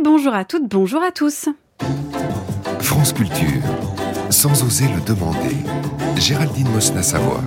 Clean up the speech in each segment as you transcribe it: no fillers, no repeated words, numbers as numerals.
bonjour à toutes, bonjour à tous. France Culture, sans oser le demander, Géraldine Mosna-Savoie.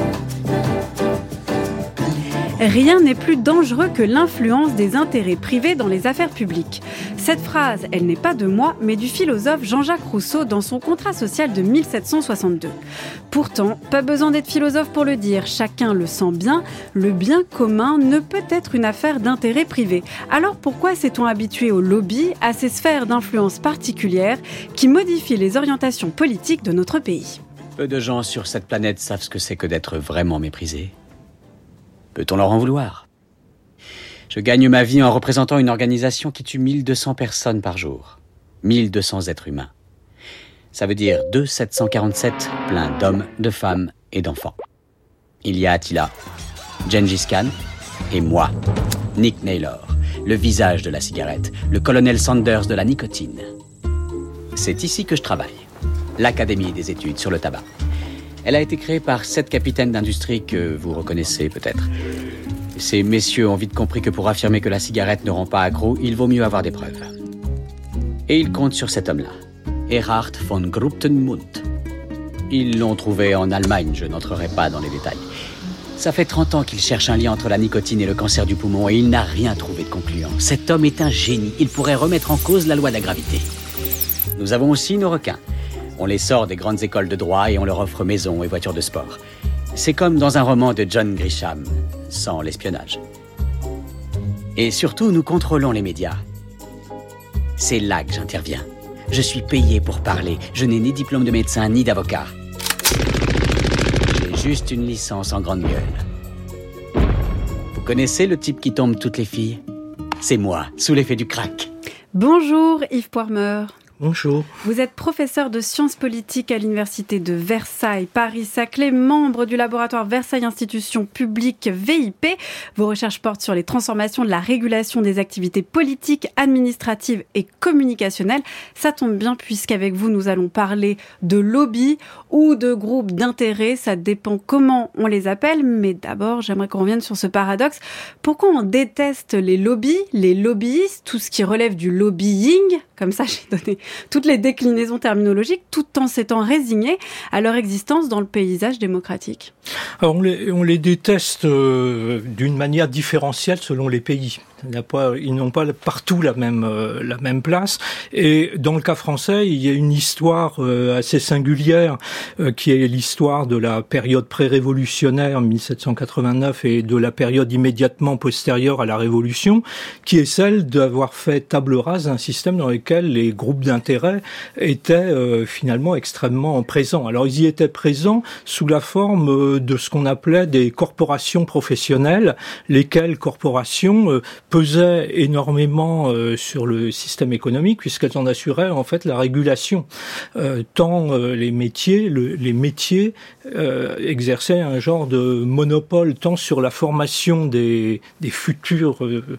Rien n'est plus dangereux que l'influence des intérêts privés dans les affaires publiques. Cette phrase, elle n'est pas de moi, mais du philosophe Jean-Jacques Rousseau dans son Contrat social de 1762. Pourtant, pas besoin d'être philosophe pour le dire, chacun le sent bien, le bien commun ne peut être une affaire d'intérêt privé. Alors pourquoi s'est-on habitué au lobby, à ces sphères d'influence particulières qui modifient les orientations politiques de notre pays ? Peu de gens sur cette planète savent ce que c'est que d'être vraiment méprisé. Peut-on leur en vouloir ? Je gagne ma vie en représentant une organisation qui tue 1200 personnes par jour. 1200 êtres humains. Ça veut dire 747 pleins d'hommes, de femmes et d'enfants. Il y a Attila, Gengis Khan et moi, Nick Naylor, le visage de la cigarette, le colonel Sanders de la nicotine. C'est ici que je travaille, l'Académie des études sur le tabac. Elle a été créée par 7 capitaines d'industrie que vous reconnaissez peut-être. Ces messieurs ont vite compris que pour affirmer que la cigarette ne rend pas accro, il vaut mieux avoir des preuves. Et ils comptent sur cet homme-là, Erhard von Gruptenmund. Ils l'ont trouvé en Allemagne, je n'entrerai pas dans les détails. Ça fait 30 ans qu'il cherche un lien entre la nicotine et le cancer du poumon et il n'a rien trouvé de concluant. Cet homme est un génie, il pourrait remettre en cause la loi de la gravité. Nous avons aussi nos requins. On les sort des grandes écoles de droit et on leur offre maison et voitures de sport. C'est comme dans un roman de John Grisham, sans l'espionnage. Et surtout, nous contrôlons les médias. C'est là que j'interviens. Je suis payé pour parler. Je n'ai ni diplôme de médecin ni d'avocat. J'ai juste une licence en grande gueule. Vous connaissez le type qui tombe toutes les filles ? C'est moi, sous l'effet du crack. Bonjour Yves Poirmeur. Bonjour. Vous êtes professeur de sciences politiques à l'université de Versailles, Paris-Saclay, membre du laboratoire Versailles Institutions Publiques VIP. Vos recherches portent sur les transformations de la régulation des activités politiques, administratives et communicationnelles. Ça tombe bien puisqu'avec vous, nous allons parler de lobby ou de groupes d'intérêt. Ça dépend comment on les appelle. Mais d'abord, j'aimerais qu'on revienne sur ce paradoxe. Pourquoi on déteste les lobbies, les lobbyistes, tout ce qui relève du lobbying ? Comme ça, j'ai donné toutes les déclinaisons terminologiques, tout en s'étant résigné à leur existence dans le paysage démocratique. Alors on les déteste d'une manière différentielle selon les pays. Ils n'ont pas partout la même place. Et dans le cas français, il y a une histoire assez singulière qui est l'histoire de la période pré-révolutionnaire 1789 et de la période immédiatement postérieure à la Révolution, qui est celle d'avoir fait table rase d'un système dans lequel les groupes d'intérêt étaient finalement extrêmement présents. Alors ils y étaient présents sous la forme de ce qu'on appelait des corporations professionnelles, lesquelles corporations pesaient énormément sur le système économique puisqu'elles en assuraient en fait la régulation. Tant les métiers exerçaient un genre de monopole tant sur la formation des futurs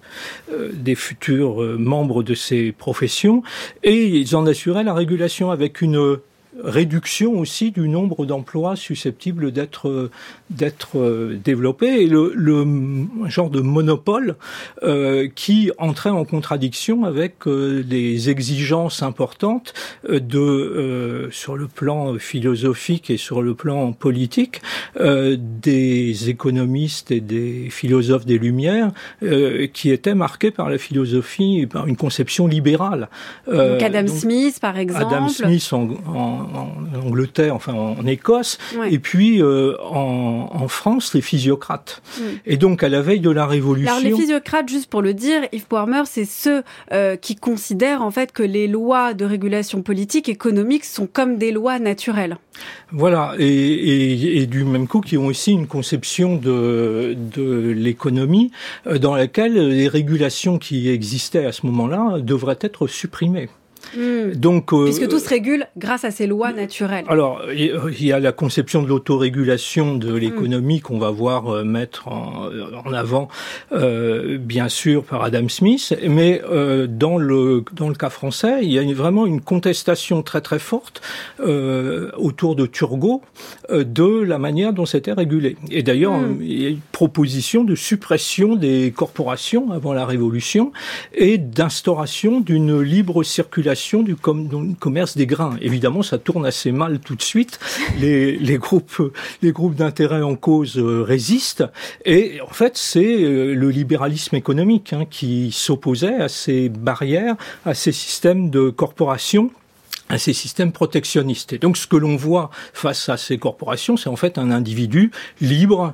membres de ces professions et ils en assuraient la régulation avec une réduction aussi du nombre d'emplois susceptibles d'être développés et le genre de monopole qui entrait en contradiction avec des exigences importantes sur le plan philosophique et sur le plan politique des économistes et des philosophes des Lumières qui étaient marqués par la philosophie, par une conception libérale. Donc Adam Smith par exemple. Adam Smith en Angleterre, enfin en Écosse, ouais. Et puis en France, les physiocrates. Et donc, à la veille de la Révolution... Alors, les physiocrates, juste pour le dire, Yves Poirmeur, c'est ceux qui considèrent en fait que les lois de régulation politique, économique, sont comme des lois naturelles. Voilà, et du même coup, qui ont aussi une conception de l'économie dans laquelle les régulations qui existaient à ce moment-là devraient être supprimées. Donc, puisque tout se régule grâce à ces lois naturelles. Alors, il y a la conception de l'autorégulation de l'économie qu'on va voir mettre en avant, bien sûr, par Adam Smith, mais dans le cas français, il y a vraiment une contestation très très forte autour de Turgot de la manière dont c'était régulé. Et d'ailleurs, il y a une proposition de suppression des corporations avant la Révolution et d'instauration d'une libre circulation du commerce des grains. Évidemment, ça tourne assez mal tout de suite. Les groupes d'intérêt en cause résistent. Et en fait, c'est le libéralisme économique qui s'opposait à ces barrières, à ces systèmes de corporations, à ces systèmes protectionnistes. Et donc, ce que l'on voit face à ces corporations, c'est en fait un individu libre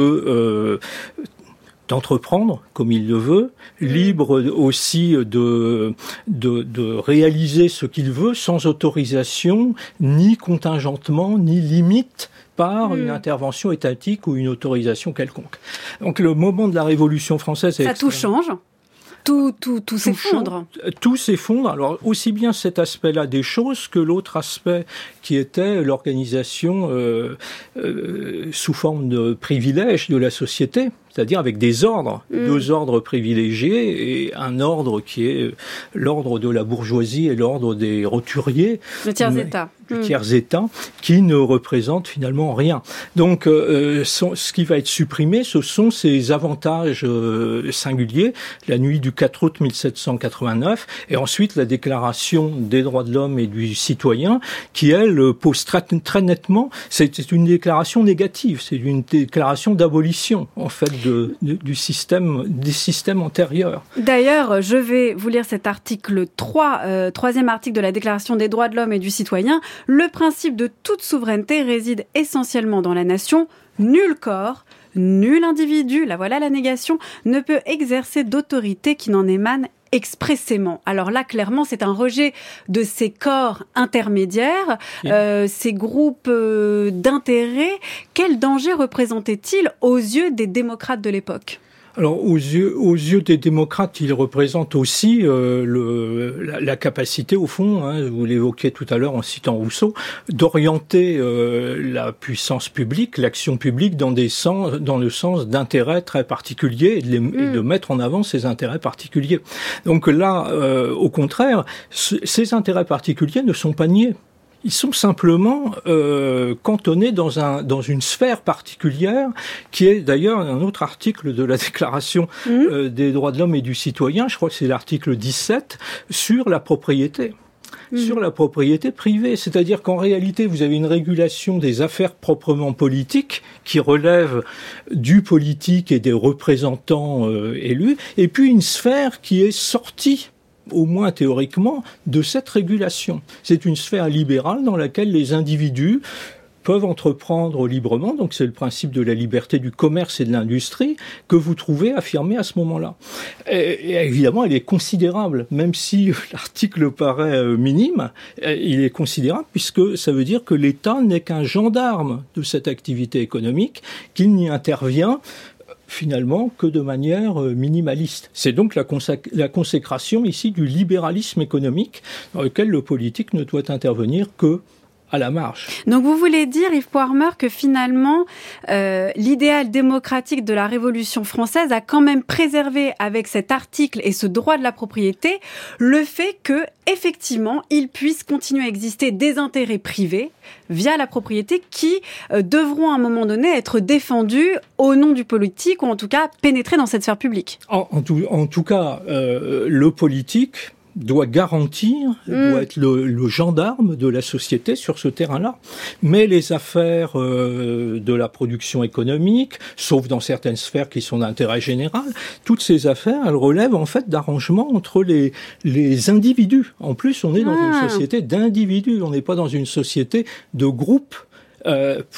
d'entreprendre comme il le veut, libre aussi de réaliser ce qu'il veut sans autorisation, ni contingentement, ni limite par une intervention étatique ou une autorisation quelconque. Donc le moment de la Révolution française... Ça tout change. Tout s'effondre. Tout s'effondre. Alors, aussi bien cet aspect-là des choses que l'autre aspect qui était l'organisation sous forme de privilèges de la société, c'est-à-dire avec des ordres, deux ordres privilégiés et un ordre qui est l'ordre de la bourgeoisie et l'ordre des roturiers. Le tiers-état. Le tiers-état, qui ne représente finalement rien. Donc, ce qui va être supprimé, ce sont ces avantages singuliers, la nuit du 4 août 1789, et ensuite la Déclaration des droits de l'homme et du citoyen, qui, elle, pose très nettement, c'est une déclaration négative, c'est une déclaration d'abolition, en fait, des systèmes antérieurs. D'ailleurs, je vais vous lire cet article 3, troisième article de la Déclaration des droits de l'homme et du citoyen. Le principe de toute souveraineté réside essentiellement dans la nation. Nul corps, nul individu, là voilà la négation, ne peut exercer d'autorité qui n'en émane expressément. Alors là, clairement, c'est un rejet de ces corps intermédiaires, ces groupes d'intérêts. Quel danger représentait-il aux yeux des démocrates de l'époque ? Alors, aux yeux des démocrates, il représente aussi la capacité, au fond, vous l'évoquiez tout à l'heure en citant Rousseau, d'orienter la puissance publique, l'action publique dans le sens d'intérêts très particuliers et de mettre en avant ces intérêts particuliers. Donc là, au contraire, ces intérêts particuliers ne sont pas niés. Ils sont simplement cantonnés dans une sphère particulière, qui est d'ailleurs un autre article de la Déclaration des droits de l'homme et du citoyen, je crois que c'est l'article 17, sur la propriété. Sur la propriété privée. C'est-à-dire qu'en réalité, vous avez une régulation des affaires proprement politiques qui relève du politique et des représentants élus, et puis une sphère qui est sortie, au moins théoriquement, de cette régulation. C'est une sphère libérale dans laquelle les individus peuvent entreprendre librement, donc c'est le principe de la liberté du commerce et de l'industrie que vous trouvez affirmé à ce moment-là. Et évidemment, elle est considérable, même si l'article paraît minime, il est considérable puisque ça veut dire que l'État n'est qu'un gendarme de cette activité économique, qu'il n'y intervient finalement que de manière minimaliste. C'est donc la consécration ici du libéralisme économique dans lequel le politique ne doit intervenir que à la marge. Donc vous voulez dire, Yves Poirmeur, que finalement l'idéal démocratique de la Révolution française a quand même préservé avec cet article et ce droit de la propriété le fait que effectivement il puisse continuer à exister des intérêts privés via la propriété qui devront à un moment donné être défendus au nom du politique ou en tout cas pénétrer dans cette sphère publique. En tout cas, le politique doit garantir, doit être le gendarme de la société sur ce terrain-là. Mais les affaires de la production économique, sauf dans certaines sphères qui sont d'intérêt général, toutes ces affaires, elles relèvent en fait d'arrangements entre les individus. En plus, on est dans une société d'individus, on n'est pas dans une société de groupes Pourquoi ?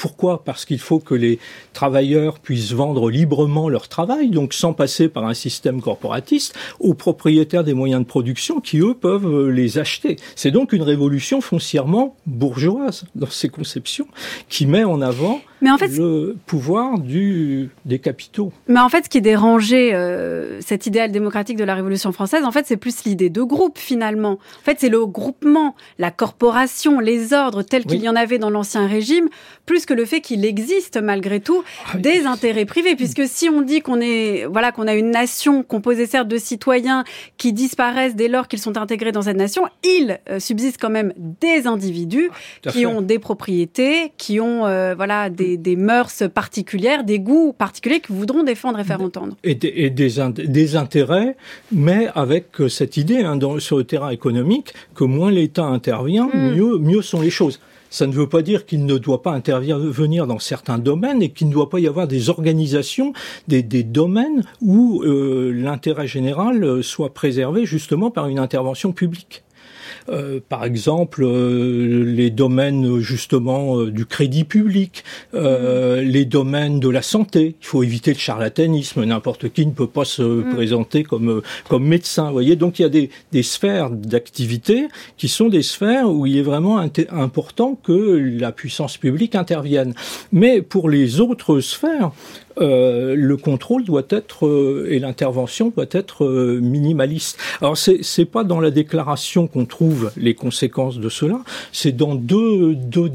Parce qu'il faut que les travailleurs puissent vendre librement leur travail, donc sans passer par un système corporatiste, aux propriétaires des moyens de production qui, eux, peuvent les acheter. C'est donc une révolution foncièrement bourgeoise dans ses conceptions, qui met en avant le pouvoir des capitaux. Mais en fait, ce qui dérangeait cet idéal démocratique de la Révolution française, en fait, c'est plus l'idée de groupe, finalement. En fait, c'est le groupement, la corporation, les ordres tels qu'il y en avait dans l'Ancien Régime, plus que le fait qu'il existe, malgré tout, des intérêts privés. Puisque si on dit qu'on a une nation composée, certes, de citoyens qui disparaissent dès lors qu'ils sont intégrés dans cette nation, il subsiste quand même des individus qui ont des propriétés, qui ont des mœurs particulières, des goûts particuliers qu'ils voudront défendre et faire entendre. Et des intérêts, mais avec cette idée sur le terrain économique que moins l'État intervient, mieux sont les choses. Ça ne veut pas dire qu'il ne doit pas intervenir dans certains domaines et qu'il ne doit pas y avoir des organisations, des domaines où l'intérêt général soit préservé justement par une intervention publique. Par exemple, les domaines justement du crédit public, les domaines de la santé. Il faut éviter le charlatanisme. N'importe qui ne peut pas se présenter comme médecin. Vous voyez, donc il y a des sphères d'activité qui sont des sphères où il est vraiment important que la puissance publique intervienne. Mais pour les autres sphères, le contrôle doit être et l'intervention doit être minimaliste. Alors c'est pas dans la déclaration qu'on trouve les conséquences de cela, c'est dans deux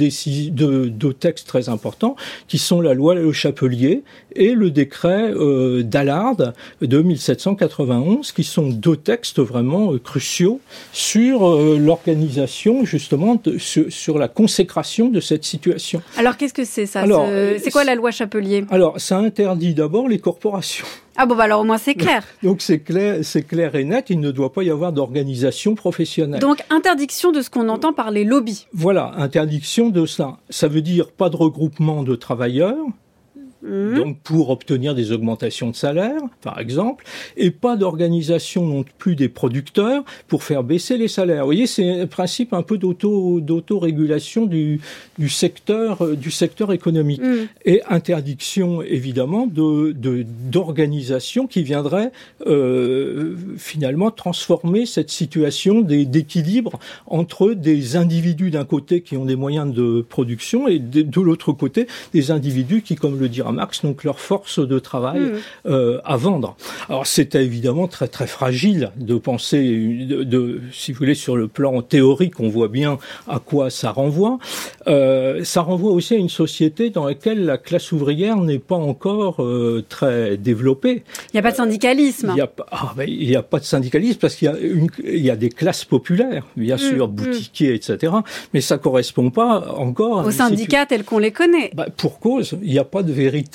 textes très importants qui sont la loi Le Chapelier et le décret d'Allard de 1791, qui sont deux textes vraiment cruciaux sur l'organisation justement sur la consécration de cette situation. Alors qu'est-ce que c'est ça ? C'est quoi la loi Chapelier ? Alors ça interdit d'abord les corporations. Ah bon, alors au moins c'est clair. Donc c'est clair et net, il ne doit pas y avoir d'organisation professionnelle. Donc interdiction de ce qu'on entend par les lobbies. Voilà, interdiction de ça. Ça veut dire pas de regroupement de travailleurs, donc pour obtenir des augmentations de salaire, par exemple, et pas d'organisation non plus des producteurs pour faire baisser les salaires. Vous voyez, c'est un principe un peu d'autorégulation du secteur économique. Et interdiction, évidemment, d'organisation qui viendrait finalement transformer cette situation d'équilibre entre des individus d'un côté qui ont des moyens de production et de l'autre côté des individus qui, comme le dira Marx, donc leur force de travail à vendre. Alors c'était évidemment très très fragile de penser, si vous voulez, sur le plan théorique, on voit bien à quoi ça renvoie. Ça renvoie aussi à une société dans laquelle la classe ouvrière n'est pas encore très développée. Il n'y a pas de syndicalisme. Il n'y a pas de syndicalisme parce qu'il y a des classes populaires, bien sûr, boutiquiers, etc. Mais ça correspond pas encore aux syndicats tels qu'on les connaît. Pour cause, il n'y a pas de véritable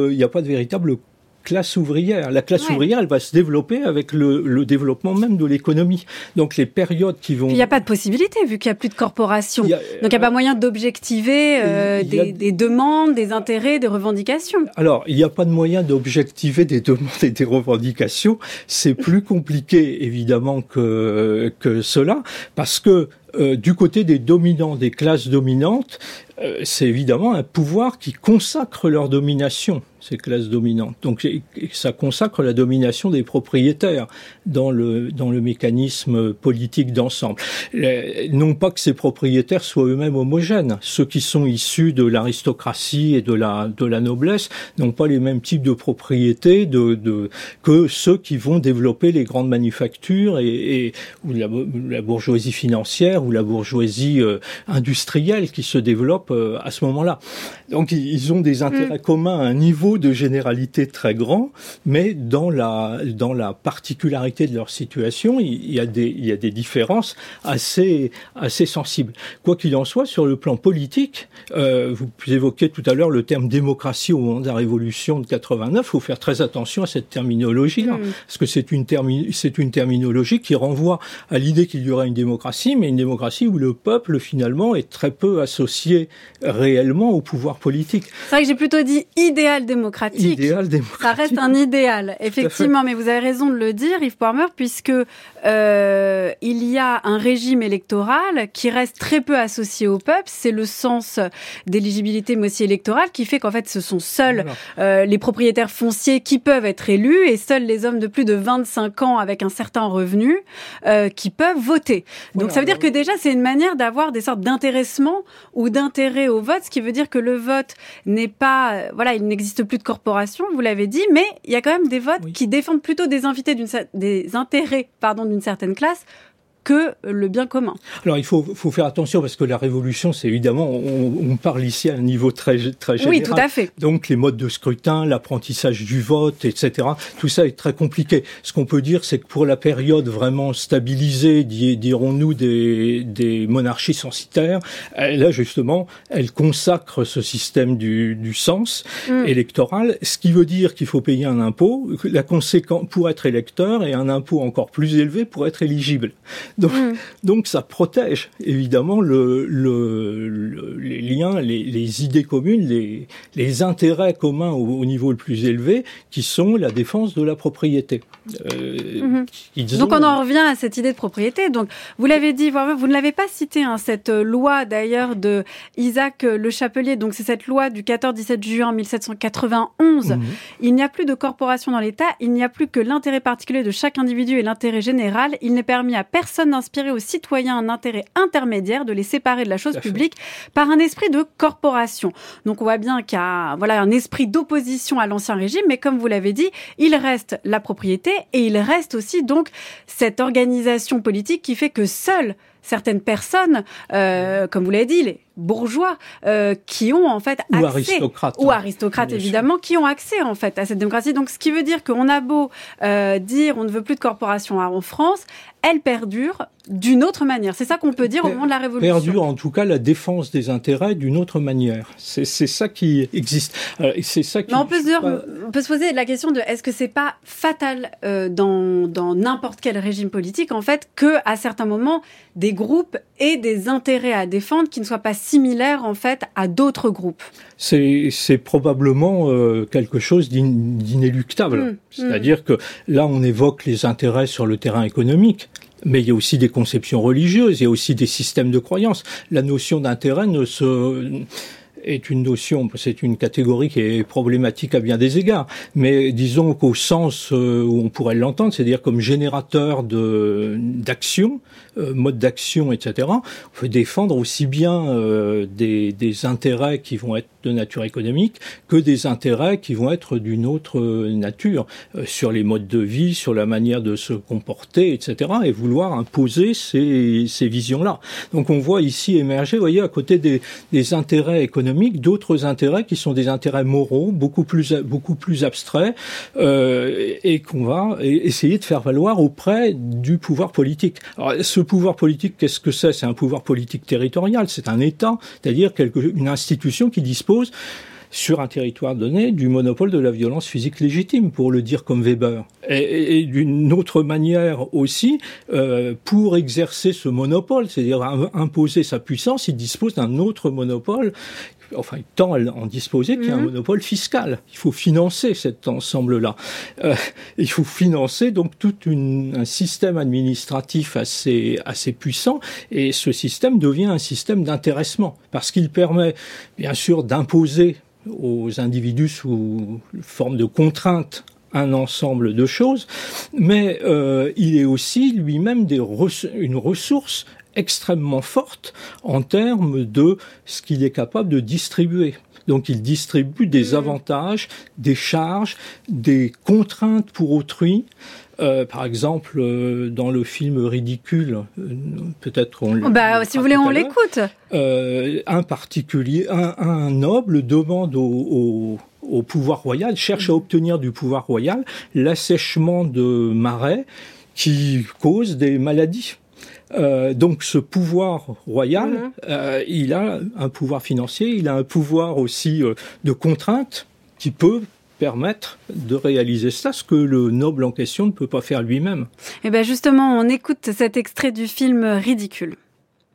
classe ouvrière. La classe ouvrière, elle va se développer avec le développement même de l'économie. Donc les périodes qui vont... Il n'y a pas de possibilité, vu qu'il n'y a plus de corporations. Donc il n'y a pas moyen d'objectiver des demandes, des intérêts, des revendications. Alors, il n'y a pas de moyen d'objectiver des demandes et des revendications. C'est plus compliqué, évidemment, que cela, parce que du côté des dominants, des classes dominantes, c'est évidemment un pouvoir qui consacre leur domination, ces classes dominantes. Donc ça consacre la domination des propriétaires dans le mécanisme politique d'ensemble. Non pas que ces propriétaires soient eux-mêmes homogènes. Ceux qui sont issus de l'aristocratie et de la noblesse n'ont pas les mêmes types de propriétés que ceux qui vont développer les grandes manufactures ou la bourgeoisie financière ou la bourgeoisie industrielle qui se développe à ce moment-là. Donc ils ont des intérêts communs à un niveau de généralité très grand, mais dans la particularité de leur situation, il y a des différences assez sensibles. Quoi qu'il en soit, sur le plan politique, vous évoquiez tout à l'heure le terme démocratie au moment de la Révolution de 89. Il faut faire très attention à cette terminologie-là, parce que c'est une terminologie qui renvoie à l'idée qu'il y aura une démocratie, mais une démocratie où le peuple, finalement, est très peu associé réellement au pouvoir politique. C'est vrai que j'ai plutôt dit idéal démocratique. Idéal démocratique. Ça reste un idéal, effectivement, mais vous avez raison de le dire, Yves Poirmeur, puisque il y a un régime électoral qui reste très peu associé au peuple. C'est le sens d'éligibilité, mais aussi électorale, qui fait qu'en fait, ce sont seuls les propriétaires fonciers qui peuvent être élus et seuls les hommes de plus de 25 ans avec un certain revenu qui peuvent voter. Donc ça veut dire que déjà, c'est une manière d'avoir des sortes d'intéressement ou d'intérêt au vote, ce qui veut dire que le vote n'est pas... il n'existe plus de corporation, vous l'avez dit, mais il y a quand même des votes qui défendent plutôt des intérêts d'une certaine classe que le bien commun. Alors il faut faire attention parce que la révolution, c'est évidemment, on parle ici à un niveau très général. Oui, tout à fait. Donc les modes de scrutin, l'apprentissage du vote, etc. Tout ça est très compliqué. Ce qu'on peut dire, c'est que pour la période vraiment stabilisée, dirons-nous, des monarchies censitaires, là justement, elle consacre ce système du sens électoral, ce qui veut dire qu'il faut payer un impôt, la conséquence pour être électeur et un impôt encore plus élevé pour être éligible. Donc ça protège évidemment les liens, les idées communes, les intérêts communs au niveau le plus élevé, qui sont la défense de la propriété. Donc on en revient à cette idée de propriété. Donc vous l'avez dit, vous ne l'avez pas cité, cette loi d'ailleurs de Isaac Le Chapelier. Donc c'est cette loi du 14-17 juin 1791. Il n'y a plus de corporation dans l'État. Il n'y a plus que l'intérêt particulier de chaque individu et l'intérêt général. Il n'est permis à personne d'inspirer aux citoyens un intérêt intermédiaire, de les séparer de la chose publique par un esprit de corporation. Donc on voit bien qu'il y a un esprit d'opposition à l'ancien régime, mais comme vous l'avez dit, il reste la propriété et il reste aussi donc cette organisation politique qui fait que seules certaines personnes, comme vous l'avez dit, les bourgeois, qui ont en fait accès, ou aristocrates évidemment, qui ont accès en fait à cette démocratie. Donc ce qui veut dire qu'on a beau dire on ne veut plus de corporation en France, elle perdure d'une autre manière. C'est ça qu'on peut dire au moment de la Révolution. Perdure en tout cas la défense des intérêts d'une autre manière. C'est ça qui existe. C'est ça qui. Mais on peut se poser la question de est-ce que c'est pas fatal dans n'importe quel régime politique en fait que à certains moments des groupes aient des intérêts à défendre qui ne soient pas similaires en fait à d'autres groupes. C'est probablement quelque chose d'inéluctable. C'est-à-dire que là on évoque les intérêts sur le terrain économique. Mais il y a aussi des conceptions religieuses, il y a aussi des systèmes de croyances. La notion d'intérêt est une notion, c'est une catégorie qui est problématique à bien des égards. Mais disons qu'au sens où on pourrait l'entendre, c'est-à-dire comme générateur d'action, mode d'action, etc., on peut défendre aussi bien des intérêts qui vont être de nature économique que des intérêts qui vont être d'une autre nature, sur les modes de vie, sur la manière de se comporter, etc., et vouloir imposer ces visions-là. Donc on voit ici émerger, vous voyez, à côté des intérêts économiques, d'autres intérêts qui sont des intérêts moraux, beaucoup plus abstraits, et qu'on va essayer de faire valoir auprès du pouvoir politique. Alors, ce pouvoir politique, qu'est-ce que c'est ? C'est un pouvoir politique territorial, c'est un État, c'est-à-dire une institution qui dispose sur un territoire donné du monopole de la violence physique légitime, pour le dire comme Weber. Et d'une autre manière aussi, pour exercer ce monopole, c'est-à-dire imposer sa puissance, il dispose d'un autre monopole, enfin il tend à en disposer, qui est un monopole fiscal. Il faut financer cet ensemble-là. Il faut financer donc tout un système administratif assez puissant, et ce système devient un système d'intéressement, parce qu'il permet bien sûr d'imposer aux individus sous forme de contraintes un ensemble de choses, mais il est aussi lui-même une ressource extrêmement forte en termes de ce qu'il est capable de distribuer. Donc il distribue des avantages, des charges, des contraintes pour autrui. Par exemple, dans le film Ridicule, peut-être si vous voulez, on l'écoute. Un noble demande au pouvoir royal, cherche à obtenir du pouvoir royal l'assèchement de marais qui causent des maladies. Donc ce pouvoir royal, il a un pouvoir financier, il a un pouvoir aussi de contrainte qui peut permettre de réaliser ça, ce que le noble en question ne peut pas faire lui-même. Et bien justement, on écoute cet extrait du film Ridicule.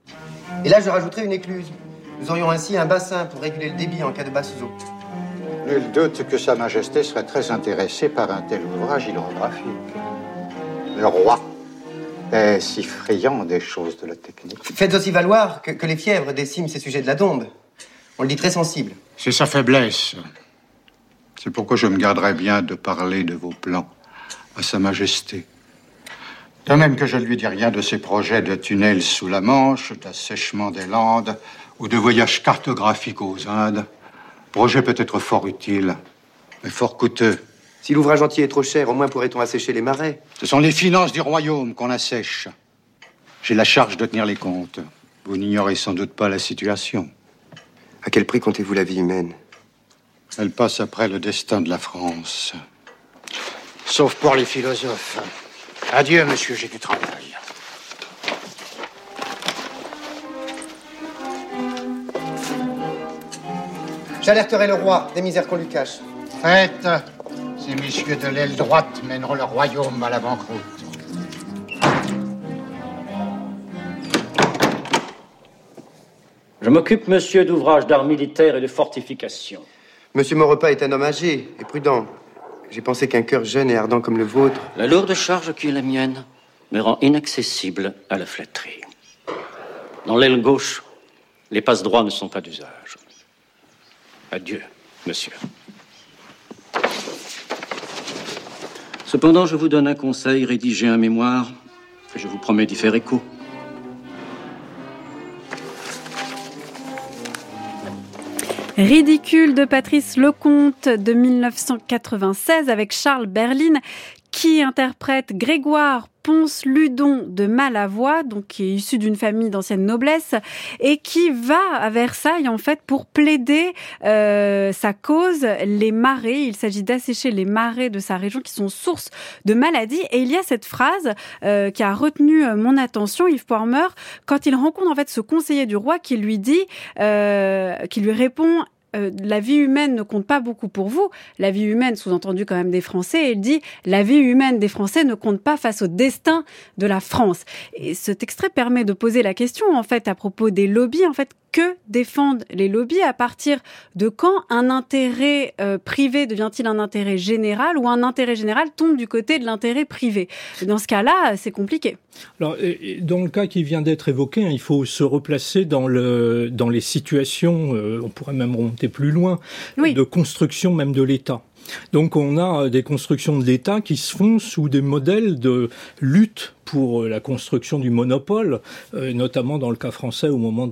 Et là, je rajouterai une écluse. Nous aurions ainsi un bassin pour réguler le débit en cas de basses eaux. Nul doute que Sa Majesté serait très intéressée par un tel ouvrage hydrographique. Le roi est si friand des choses de la technique. Faites aussi valoir que les fièvres déciment ces sujets de la Dombes. On le dit très sensible. C'est sa faiblesse. C'est pourquoi je me garderais bien de parler de vos plans à Sa Majesté. De même que je ne lui dis rien de ses projets de tunnels sous la Manche, d'assèchement des Landes ou de voyages cartographiques aux Indes. Projet peut-être fort utile, mais fort coûteux. Si l'ouvrage entier est trop cher, au moins pourrait-on assécher les marais. Ce sont les finances du royaume qu'on assèche. J'ai la charge de tenir les comptes. Vous n'ignorez sans doute pas la situation. À quel prix comptez-vous la vie humaine? Elle passe après le destin de la France. Sauf pour les philosophes. Adieu, monsieur, j'ai du travail. J'alerterai le roi des misères qu'on lui cache. Faites. Ces messieurs de l'aile droite mèneront le royaume à la banqueroute. Je m'occupe, monsieur, d'ouvrages d'art militaire et de fortification. Monsieur Maurepas est un homme âgé et prudent. J'ai pensé qu'un cœur jeune et ardent comme le vôtre... La lourde charge qui est la mienne me rend inaccessible à la flatterie. Dans l'aile gauche, les passe-droits ne sont pas d'usage. Adieu, monsieur. Cependant, je vous donne un conseil, rédigez un mémoire, et je vous promets d'y faire écho. Ridicule de Patrice Lecomte de 1996 avec Charles Berling qui interprète Grégoire Ponce-Ludon de Malavoie, donc qui est issu d'une famille d'ancienne noblesse et qui va à Versailles en fait pour plaider sa cause, les marais. Il s'agit d'assécher les marais de sa région qui sont source de maladies. Et il y a cette phrase qui a retenu mon attention, Yves Poirmeur, quand il rencontre en fait ce conseiller du roi qui lui dit, qui lui répond. La vie humaine ne compte pas beaucoup pour vous. La vie humaine, sous-entendu quand même des Français, et il dit la vie humaine des Français ne compte pas face au destin de la France. Et cet extrait permet de poser la question en fait à propos des lobbies. En fait, que défendent les lobbies? À partir de quand un intérêt privé devient-il un intérêt général ou un intérêt général tombe du côté de l'intérêt privé? Dans ce cas-là, c'est compliqué. Alors, dans le cas qui vient d'être évoqué, il faut se replacer dans les situations, on pourrait même remonter plus loin, oui, de construction même de l'État. Donc on a des constructions de l'État qui se font sous des modèles de lutte pour la construction du monopole, notamment dans le cas français au moment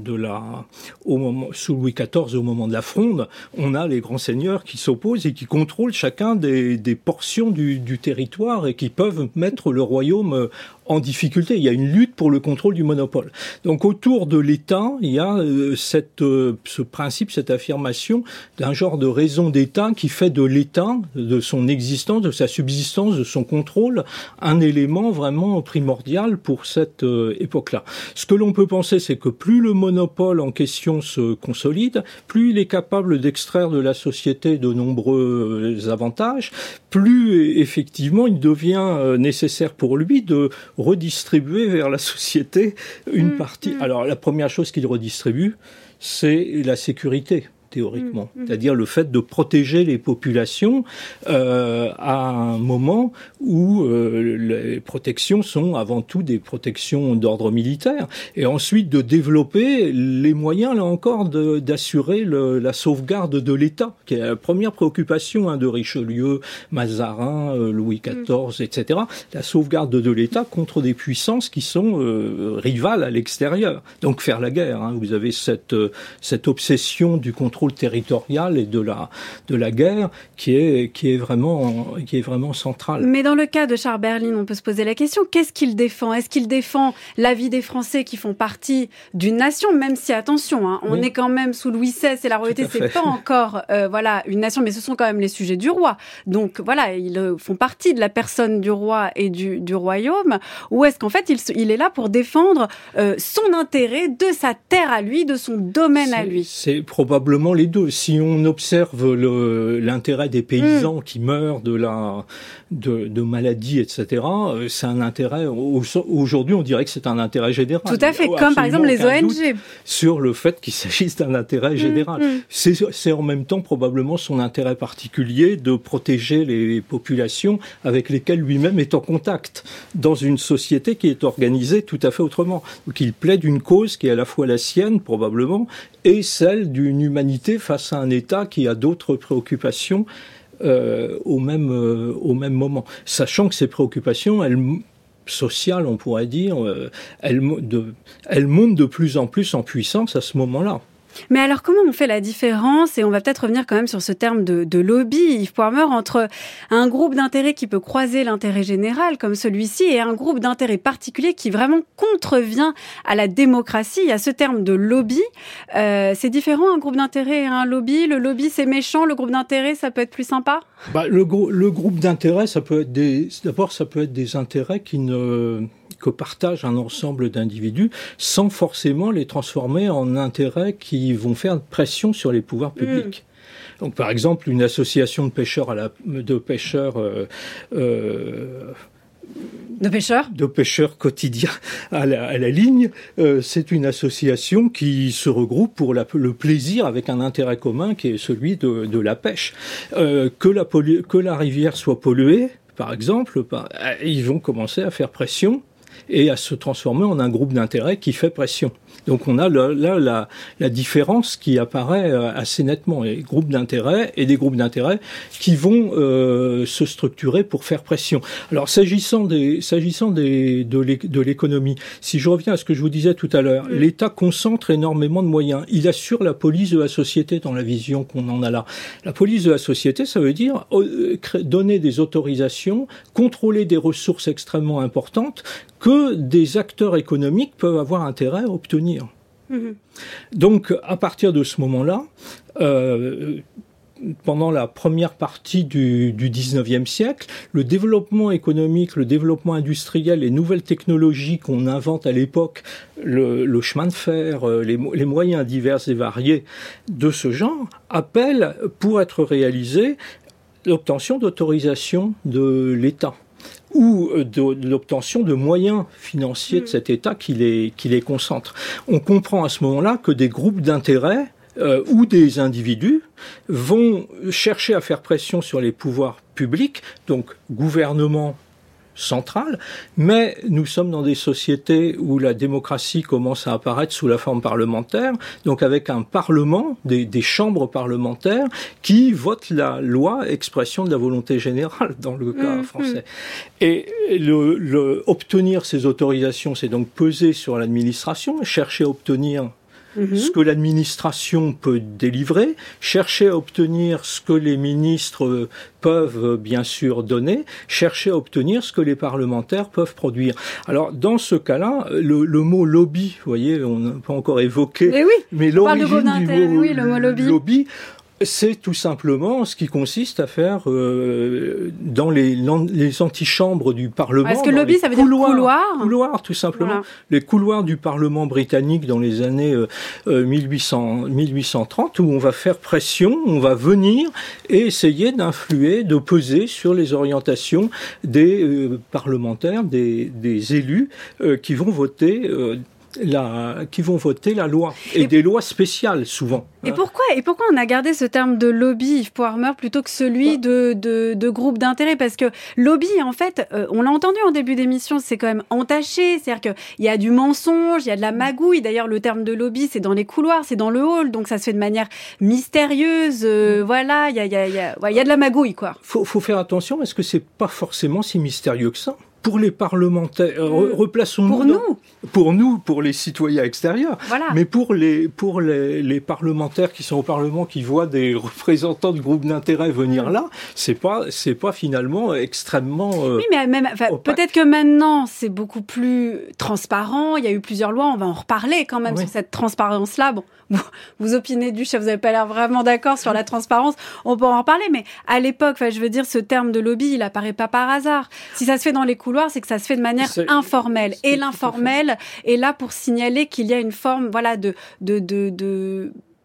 sous Louis XIV, au moment de la Fronde, on a les grands seigneurs qui s'opposent et qui contrôlent chacun des portions du territoire et qui peuvent mettre le royaume en difficulté. Il y a une lutte pour le contrôle du monopole. Donc autour de l'État, il y a ce principe, cette affirmation d'un genre de raison d'État qui fait de l'État, de son existence, de sa subsistance, de son contrôle, un élément vraiment primordial pour cette époque-là. Ce que l'on peut penser, c'est que plus le monopole en question se consolide, plus il est capable d'extraire de la société de nombreux avantages, plus effectivement il devient nécessaire pour lui de redistribuer vers la société une partie. Alors la première chose qu'il redistribue, c'est la sécurité. Théoriquement, c'est-à-dire le fait de protéger les populations à un moment où les protections sont avant tout des protections d'ordre militaire, et ensuite de développer les moyens, là encore, d'assurer la sauvegarde de l'État, qui est la première préoccupation de Richelieu, Mazarin, Louis XIV, etc. La sauvegarde de l'État contre des puissances qui sont rivales à l'extérieur. Donc faire la guerre. Vous avez cette obsession du contrôle territorial et de la guerre qui est vraiment centrale. Mais dans le cas de Charles Berling, on peut se poser la question, qu'est-ce qu'il défend? Est-ce qu'il défend la vie des Français qui font partie d'une nation, même si, attention, on est quand même sous Louis XVI et la royauté, c'est pas encore une nation, mais ce sont quand même les sujets du roi. Donc voilà, ils font partie de la personne du roi et du royaume. Ou est-ce qu'en fait, il est là pour défendre son intérêt de sa terre à lui, de son domaine à lui? C'est probablement vraiment les deux. Si on observe l'intérêt des paysans qui meurent de maladies, etc., c'est un intérêt. Aujourd'hui, on dirait que c'est un intérêt général. Tout à fait, comme par exemple les ONG. Sur le fait qu'il s'agisse d'un intérêt général. C'est en même temps probablement son intérêt particulier de protéger les populations avec lesquelles lui-même est en contact dans une société qui est organisée tout à fait autrement. Donc il plaide une cause qui est à la fois la sienne, probablement, et celle d'une humanité face à un État qui a d'autres préoccupations au même moment. Sachant que ces préoccupations, sociales, on pourrait dire, elles montent de plus en plus en puissance à ce moment-là. Mais alors, comment on fait la différence, et on va peut-être revenir quand même sur ce terme de lobby, Yves Poirmeur, entre un groupe d'intérêts qui peut croiser l'intérêt général, comme celui-ci, et un groupe d'intérêts particulier qui vraiment contrevient à la démocratie. Il y a ce terme de lobby. C'est différent, un groupe d'intérêts et un lobby. Le lobby, c'est méchant. Le groupe d'intérêts, ça peut être plus sympa? Le groupe d'intérêts, ça peut être des intérêts que partagent un ensemble d'individus sans forcément les transformer en intérêts qui vont faire pression sur les pouvoirs publics. Donc, par exemple, une association de pêcheurs de pêcheurs quotidiens à la ligne, c'est une association qui se regroupe pour le plaisir avec un intérêt commun qui est celui de la pêche. Que la rivière soit polluée, par exemple, ils vont commencer à faire pression et à se transformer en un groupe d'intérêt qui fait pression. Donc on a là la différence qui apparaît assez nettement, les groupes d'intérêt et des groupes d'intérêt qui vont se structurer pour faire pression. Alors s'agissant de l'économie, si je reviens à ce que je vous disais tout à l'heure, l'État concentre énormément de moyens. Il assure la police de la société dans la vision qu'on en a là. La police de la société, ça veut dire donner des autorisations, contrôler des ressources extrêmement importantes que des acteurs économiques peuvent avoir intérêt à obtenir. Donc, à partir de ce moment-là, pendant la première partie du 19e siècle, le développement économique, le développement industriel, les nouvelles technologies qu'on invente à l'époque, le chemin de fer, les moyens divers et variés de ce genre, appellent, pour être réalisés, l'obtention d'autorisation de l'État ou de l'obtention de moyens financiers de cet État qui les concentre. On comprend à ce moment-là que des groupes d'intérêts ou des individus vont chercher à faire pression sur les pouvoirs publics, donc gouvernement central, mais nous sommes dans des sociétés où la démocratie commence à apparaître sous la forme parlementaire, donc avec un parlement, des chambres parlementaires qui votent la loi, expression de la volonté générale dans le cas français. Et obtenir ces autorisations, c'est donc peser sur l'administration, chercher à obtenir ce que l'administration peut délivrer, chercher à obtenir ce que les ministres peuvent bien sûr donner, chercher à obtenir ce que les parlementaires peuvent produire. Alors dans ce cas-là, le mot lobby, vous voyez, on n'a pas encore évoqué, mais l'origine du mot lobby, c'est tout simplement ce qui consiste à faire dans les antichambres du Parlement. Est-ce que lobby, ça veut dire couloir ? Couloir, tout simplement. Voilà. Les couloirs du Parlement britannique dans les années 1830, où on va faire pression, on va venir et essayer d'influer, de peser sur les orientations des parlementaires, des élus qui vont voter la loi, et des lois spéciales souvent. Et pourquoi on a gardé ce terme de lobby, Yves Poirmeur, plutôt que celui de groupe d'intérêt? Parce que lobby, en fait, on l'a entendu en début d'émission, c'est quand même entaché, c'est-à-dire qu'il y a du mensonge, il y a de la magouille. D'ailleurs, le terme de lobby, c'est dans les couloirs, c'est dans le hall, donc ça se fait de manière mystérieuse. Voilà, il y a de la magouille, quoi. Faut faire attention, parce que c'est pas forcément si mystérieux que ça. Pour les parlementaires, replaçons-nous. Pour nous, pour les citoyens extérieurs. Voilà. Mais pour les parlementaires qui sont au Parlement, qui voient des représentants de groupes d'intérêt venir là, c'est pas finalement extrêmement. Oui, mais même, peut-être que maintenant, c'est beaucoup plus transparent. Il y a eu plusieurs lois. On va en reparler quand même sur cette transparence-là. Bon, vous opinez du chef, vous n'avez pas l'air vraiment d'accord sur la transparence. On peut en reparler, mais à l'époque, je veux dire, ce terme de lobby, il apparaît pas par hasard. Si ça se fait dans les couloirs, c'est que ça se fait de manière informelle. Et l'informel est là pour signaler qu'il y a une forme, voilà,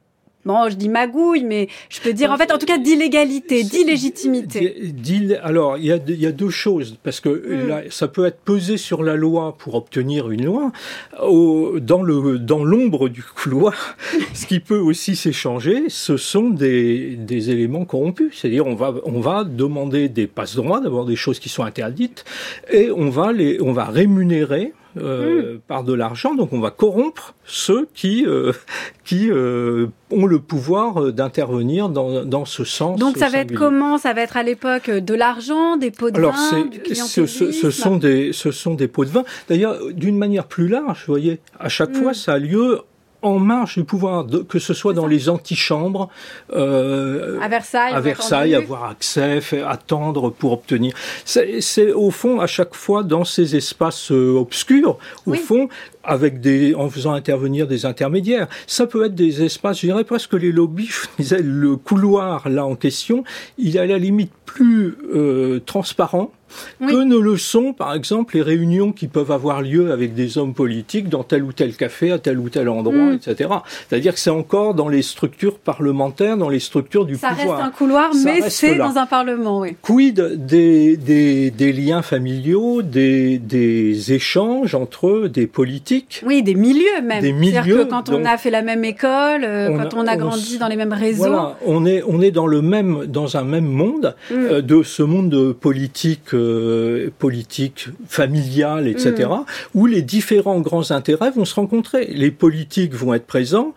bon, je dis magouille, mais je peux dire en fait, en tout cas, d'illégalité, d'illégitimité. Alors, il y a deux choses, parce que là, ça peut être pesé sur la loi pour obtenir une loi. Dans l'ombre du couloir, ce qui peut aussi s'échanger, ce sont des éléments corrompus. C'est-à-dire, on va demander des passe-droits, d'abord des choses qui sont interdites, et on va rémunérer par de l'argent, donc on va corrompre ceux qui ont le pouvoir d'intervenir dans ce sens. Donc ça va être comment ? Ça va être à l'époque de l'argent, des pots de vin, du clientélisme. Ce sont des pots de vin. D'ailleurs, d'une manière plus large, vous voyez, à chaque fois, ça a lieu en marge du pouvoir, que ce soit dans les antichambres, à Versailles, avoir accès, attendre pour obtenir. C'est au fond, à chaque fois, dans ces espaces obscurs, au fond, en faisant intervenir des intermédiaires. Ça peut être des espaces, je dirais presque les lobbies, je disais, le couloir, là, en question, il est à la limite plus transparent que ne le sont, par exemple, les réunions qui peuvent avoir lieu avec des hommes politiques dans tel ou tel café, à tel ou tel endroit, etc. C'est-à-dire que c'est encore dans les structures parlementaires, dans les structures du pouvoir. Ça reste un couloir, mais c'est dans un parlement, oui. Quid des liens familiaux, des échanges entre des politiques. Oui, des milieux même. C'est-à-dire que quand on a fait la même école, quand on a grandi dans les mêmes réseaux. Voilà, on est dans un même monde, de ce monde politique familiale, etc., où les différents grands intérêts vont se rencontrer. Les politiques vont être présents,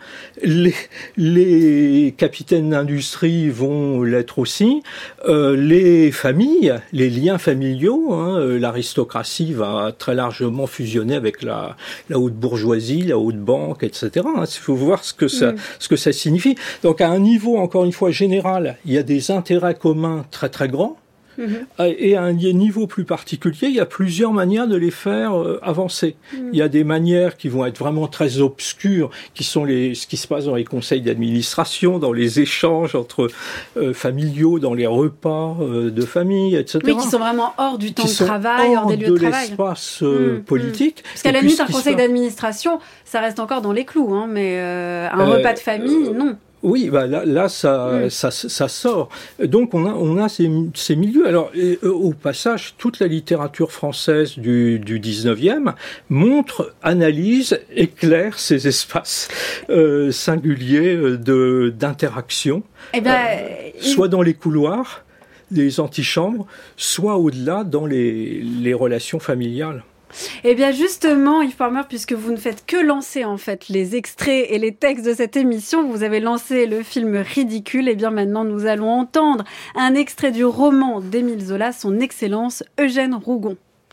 les capitaines d'industrie vont l'être aussi, les familles, les liens familiaux, l'aristocratie va très largement fusionner avec la haute bourgeoisie, la haute banque, etc. Il faut voir ce que ça signifie. Donc à un niveau, encore une fois, général, il y a des intérêts communs très très grands. Et à un niveau plus particulier, il y a plusieurs manières de les faire avancer. Il y a des manières qui vont être vraiment très obscures, qui sont ce qui se passe dans les conseils d'administration, dans les échanges entre familiaux, dans les repas de famille, etc. Oui, qui sont vraiment hors du temps de travail, hors des lieux de travail. L'espace politique. Parce qu'à la limite, un conseil d'administration, ça reste encore dans les clous, mais un repas de famille, non. Oui, là ça sort. Donc on a ces milieux. Alors au passage, toute la littérature française du 19e montre, analyse, éclaire ces espaces singuliers d'interaction, soit dans les couloirs, les antichambres, soit au-delà dans les relations familiales. Eh bien justement, Yves Palmer, puisque vous ne faites que lancer en fait les extraits et les textes de cette émission, vous avez lancé le film Ridicule, et bien maintenant nous allons entendre un extrait du roman d'Émile Zola, son Excellence Eugène Rougon.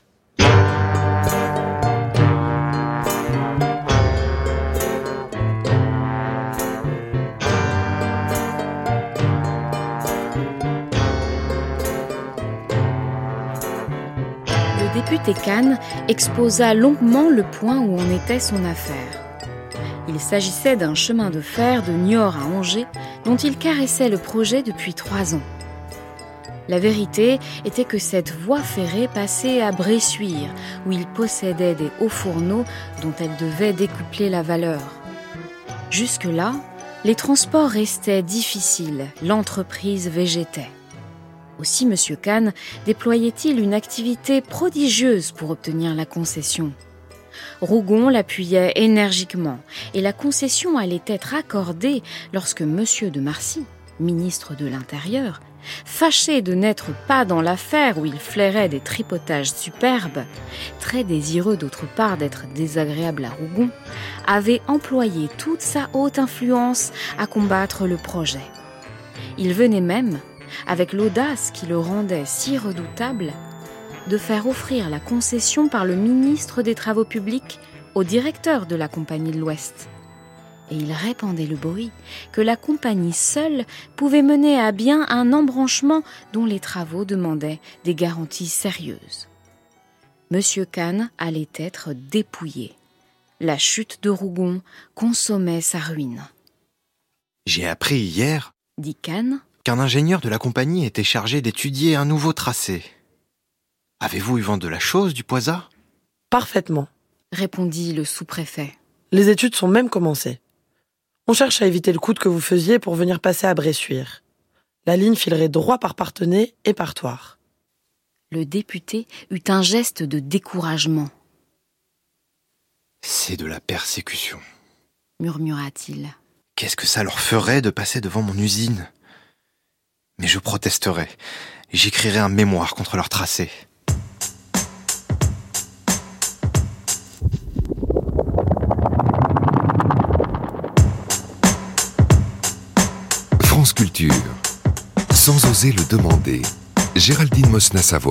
Le député Kahn exposa longuement le point où en était son affaire. Il s'agissait d'un chemin de fer de Niort à Angers dont il caressait le projet depuis 3 ans. La vérité était que cette voie ferrée passait à Bressuire, où il possédait des hauts fourneaux dont elle devait décupler la valeur. Jusque-là, les transports restaient difficiles, l'entreprise végétait. Aussi, M. Kahn déployait-il une activité prodigieuse pour obtenir la concession. Rougon l'appuyait énergiquement et la concession allait être accordée lorsque M. de Marcy, ministre de l'Intérieur, fâché de n'être pas dans l'affaire où il flairait des tripotages superbes, très désireux d'autre part d'être désagréable à Rougon, avait employé toute sa haute influence à combattre le projet. Il venait même, avec l'audace qui le rendait si redoutable, de faire offrir la concession par le ministre des Travaux publics au directeur de la Compagnie de l'Ouest. Et il répandait le bruit que la compagnie seule pouvait mener à bien un embranchement dont les travaux demandaient des garanties sérieuses. Monsieur Kahn allait être dépouillé. La chute de Rougon consommait sa ruine. J'ai appris hier, dit Kahn, qu'un ingénieur de la compagnie était chargé d'étudier un nouveau tracé. Avez-vous eu vent de la chose, Dupoisat ? Parfaitement, répondit le sous-préfet. Les études sont même commencées. On cherche à éviter le coude que vous faisiez pour venir passer à Bressuire. La ligne filerait droit par Parthenay et par Thouars. Le député eut un geste de découragement. C'est de la persécution, murmura-t-il. Qu'est-ce que ça leur ferait de passer devant mon usine ? Mais je protesterai. J'écrirai un mémoire contre leur tracé. France Culture. Sans oser le demander. Géraldine Mosna-Savoie.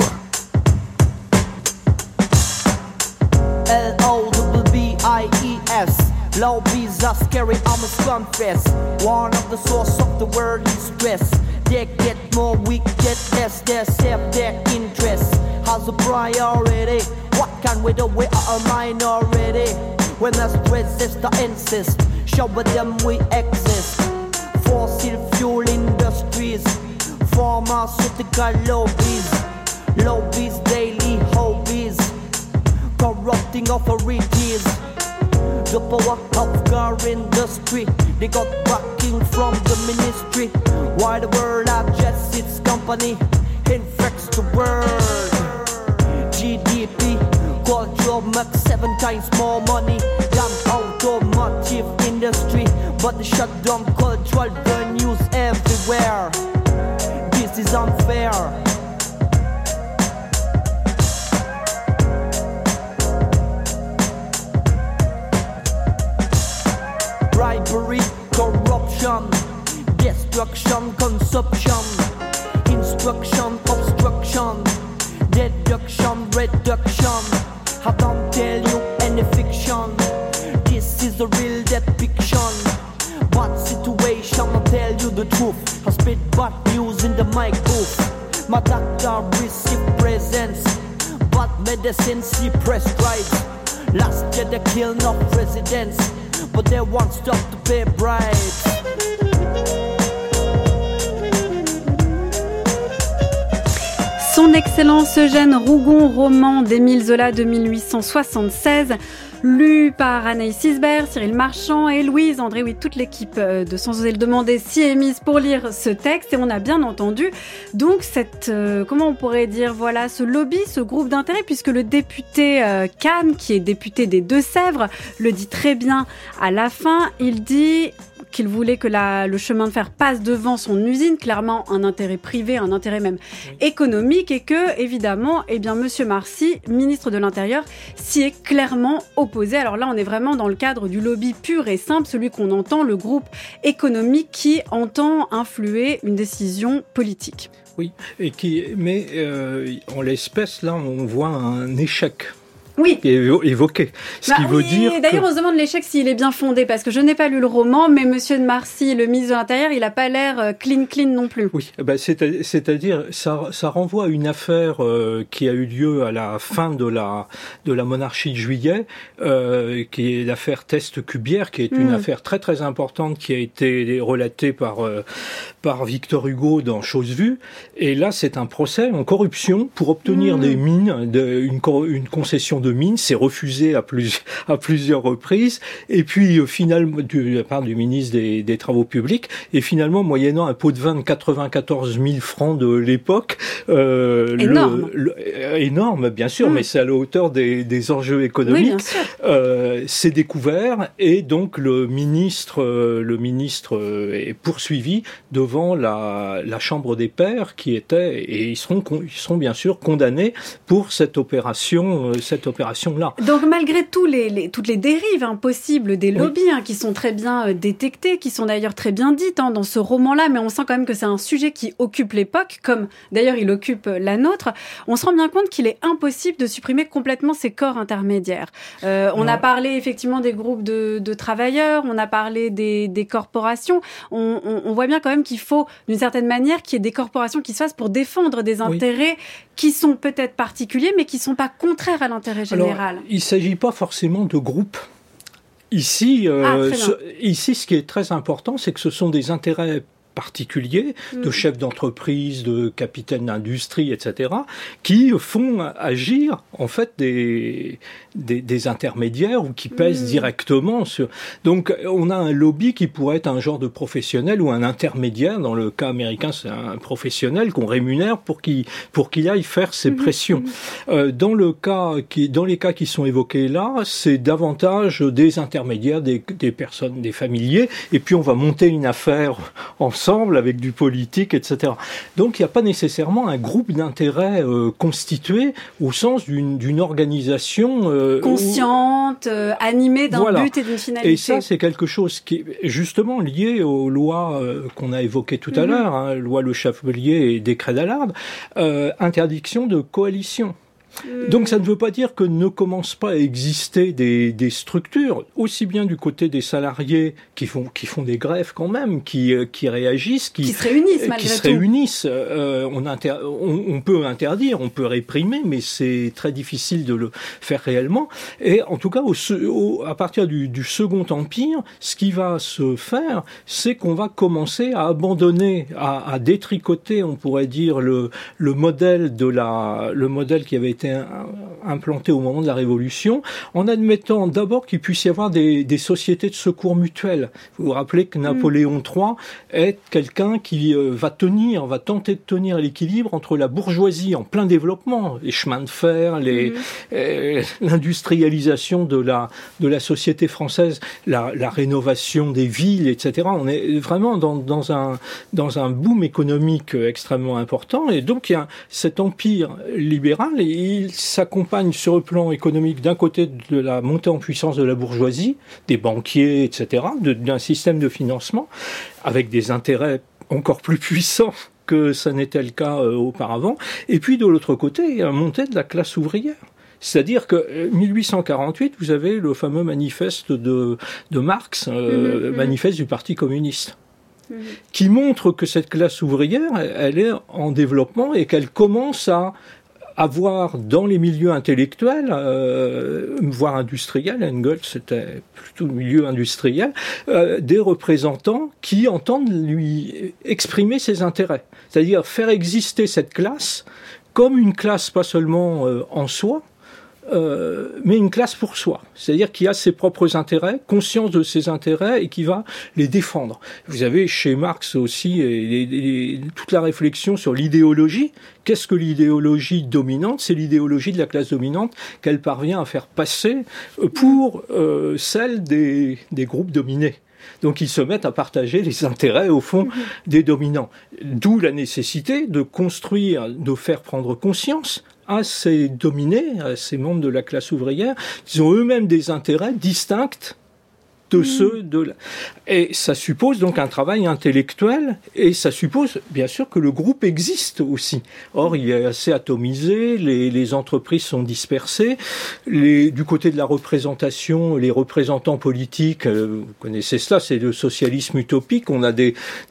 L-O-B-B-I-E-S. Lobbies are scary, I must confess. One of the source of the world is stress. They get more, we get less. They have their interests as a priority. What can we do? We are a minority. When the stress is the insist, show them we exist. Fossil fuel industries, pharmaceutical lobbies, lobbies, daily hobbies, corrupting authorities. The power of car industry, they got backing from the ministry. Why the world adjusts its company, infects the world. GDP, culture makes 7 times more money than automotive industry. But they shut down cultural venues everywhere. This is unfair. Bribery, corruption, destruction, consumption, instruction, obstruction, deduction, reduction. I don't tell you any fiction. This is a real depiction. Bad situation, I'll tell you the truth. I spit bad news in the mic booth. My doctor received presents, bad medicine, see prescribed. Last year they killed no presidents, but they won't stop to pay bribes. Son Excellence Eugène Rougon, roman d'Émile Zola de 1876, lu par Anaïs Isbert, Cyril Marchand et Louise André. Oui, toute l'équipe de Sans oser le demander s'y est mise pour lire ce texte et on a bien entendu donc cette, comment on pourrait dire, voilà, ce lobby, ce groupe d'intérêt, puisque le député Kahn, qui est député des Deux-Sèvres, le dit très bien à la fin. Il dit qu'il voulait que le chemin de fer passe devant son usine, clairement un intérêt privé, un intérêt même économique, et que, évidemment, eh bien, Monsieur Marcy, ministre de l'Intérieur, s'y est clairement opposé. Alors là, on est vraiment dans le cadre du lobby pur et simple, celui qu'on entend, le groupe économique qui entend influer une décision politique. Oui, mais en l'espèce, là, on voit un échec. Oui. Évoqué. Ce qui veut dire. D'ailleurs, on se demande l'échec s'il est bien fondé, parce que je n'ai pas lu le roman, mais Monsieur de Marcy, le ministre de l'Intérieur, il n'a pas l'air clean non plus. Oui, c'est-à-dire, ça renvoie à une affaire qui a eu lieu à la fin de la monarchie de Juillet, qui est l'affaire Teste-Cubière, qui est une affaire très très importante qui a été relatée par Victor Hugo dans Chose vue. Et là, c'est un procès en corruption pour obtenir des mines, une concession de mines, c'est refusé à plusieurs reprises, et puis finalement de la part du ministre des Travaux publics, et finalement moyennant un pot de vin de 94 000 francs de l'époque, énorme bien sûr, mais c'est à la hauteur des enjeux économiques, c'est découvert, et donc le ministre est poursuivi devant la Chambre des pairs, et ils seront bien sûr condamnés pour cette opération-là. Donc malgré toutes les dérives possibles des lobbies, qui sont très bien détectées, qui sont d'ailleurs très bien dites dans ce roman-là, mais on sent quand même que c'est un sujet qui occupe l'époque, comme d'ailleurs il occupe la nôtre, on se rend bien compte qu'il est impossible de supprimer complètement ces corps intermédiaires. On a parlé effectivement des groupes de travailleurs, on a parlé des corporations, on voit bien quand même qu'il faut d'une certaine manière qu'il y ait des corporations qui se fassent pour défendre des intérêts qui sont peut-être particuliers, mais qui ne sont pas contraires à l'intérêt général. Alors, il ne s'agit pas forcément de groupes. Ici, ce qui est très important, c'est que ce sont des intérêts particuliers, de chefs d'entreprise, de capitaines d'industrie, etc., qui font agir en fait des intermédiaires ou qui pèsent directement sur. Donc on a un lobby qui pourrait être un genre de professionnel ou un intermédiaire. Dans le cas américain, c'est un professionnel qu'on rémunère pour qu'il aille faire ses pressions. Dans les cas qui sont évoqués là, c'est davantage des intermédiaires, des personnes, des familiers, et puis on va monter une affaire ensemble avec du politique, etc. Donc il n'y a pas nécessairement un groupe d'intérêt constitué au sens d'une organisation consciente, animée d'un but et d'une finalité. Et ça, c'est quelque chose qui est justement lié aux lois qu'on a évoquées tout à l'heure, loi Le Chapelier et décret d'Allard, interdiction de coalition. Donc ça ne veut pas dire que ne commencent pas à exister des structures, aussi bien du côté des salariés qui font des grèves quand même, qui réagissent, qui se réunissent malgré tout. Qui se réunissent. On peut interdire, on peut réprimer, mais c'est très difficile de le faire réellement. Et en tout cas, à partir du Second Empire, ce qui va se faire, c'est qu'on va commencer à abandonner, à détricoter, on pourrait dire, le modèle qui avait été implanté au moment de la Révolution, en admettant d'abord qu'il puisse y avoir des sociétés de secours mutuels. Vous vous rappelez que Napoléon III est quelqu'un qui va tenter de tenir l'équilibre entre la bourgeoisie en plein développement, les chemins de fer, l'industrialisation de la société française, la rénovation des villes, etc. On est vraiment dans un boom économique extrêmement important, et donc il y a cet empire libéral, et il s'accompagne sur le plan économique d'un côté de la montée en puissance de la bourgeoisie, des banquiers, etc., d'un système de financement avec des intérêts encore plus puissants que ça n'était le cas auparavant, et puis de l'autre côté, il y a la montée de la classe ouvrière. C'est-à-dire que 1848, vous avez le fameux manifeste de Marx, manifeste du Parti communiste, qui montre que cette classe ouvrière, elle est en développement et qu'elle commence à avoir dans les milieux intellectuels, voire industriels, Engels c'était plutôt le milieu industriel, des représentants qui entendent lui exprimer ses intérêts. C'est-à-dire faire exister cette classe comme une classe pas seulement en soi, mais une classe pour soi, c'est-à-dire qui a ses propres intérêts, conscience de ses intérêts et qui va les défendre. Vous avez chez Marx aussi toute la réflexion sur l'idéologie. Qu'est-ce que l'idéologie dominante ? C'est l'idéologie de la classe dominante qu'elle parvient à faire passer pour celle des groupes dominés. Donc ils se mettent à partager les intérêts, au fond, des dominants. D'où la nécessité de construire, de faire prendre conscience à ces dominés, à ces membres de la classe ouvrière, qui ont eux-mêmes des intérêts distincts de ceux de la... Et ça suppose donc un travail intellectuel, et ça suppose bien sûr que le groupe existe aussi. Or, il est assez atomisé, les entreprises sont dispersées, du côté de la représentation, les représentants politiques, vous connaissez cela, c'est le socialisme utopique, on a des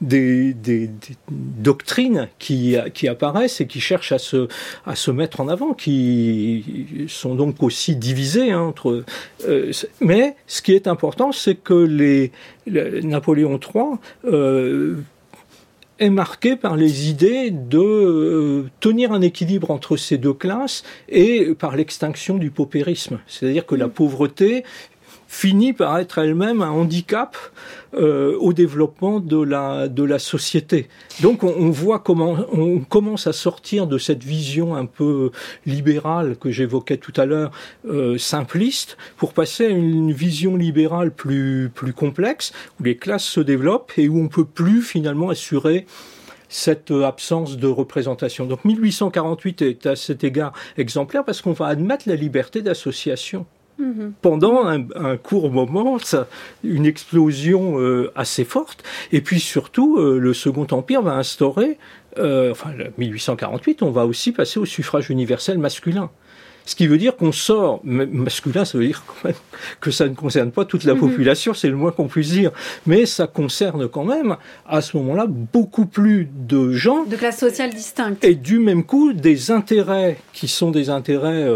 doctrines qui apparaissent et qui cherchent à se mettre en avant, qui sont donc aussi divisées entre... mais ce qui est important, c'est que Napoléon III est marqué par les idées de tenir un équilibre entre ces deux classes et par l'extinction du paupérisme. C'est-à-dire que la pauvreté finit par être elle-même un handicap au développement de la société. Donc on voit comment on commence à sortir de cette vision un peu libérale que j'évoquais tout à l'heure, simpliste, pour passer à une vision libérale plus complexe, où les classes se développent et où on peut plus finalement assurer cette absence de représentation. Donc 1848 est à cet égard exemplaire parce qu'on va admettre la liberté d'association. Pendant un court moment, une explosion assez forte. Et puis surtout, le Second Empire va instaurer, 1848, on va aussi passer au suffrage universel masculin. Ce qui veut dire qu'on sort, masculin, ça veut dire quand même que ça ne concerne pas toute la population, c'est le moins qu'on puisse dire. Mais ça concerne quand même, à ce moment-là, beaucoup plus de gens. De classe sociale distincte. Et du même coup, des intérêts qui sont des intérêts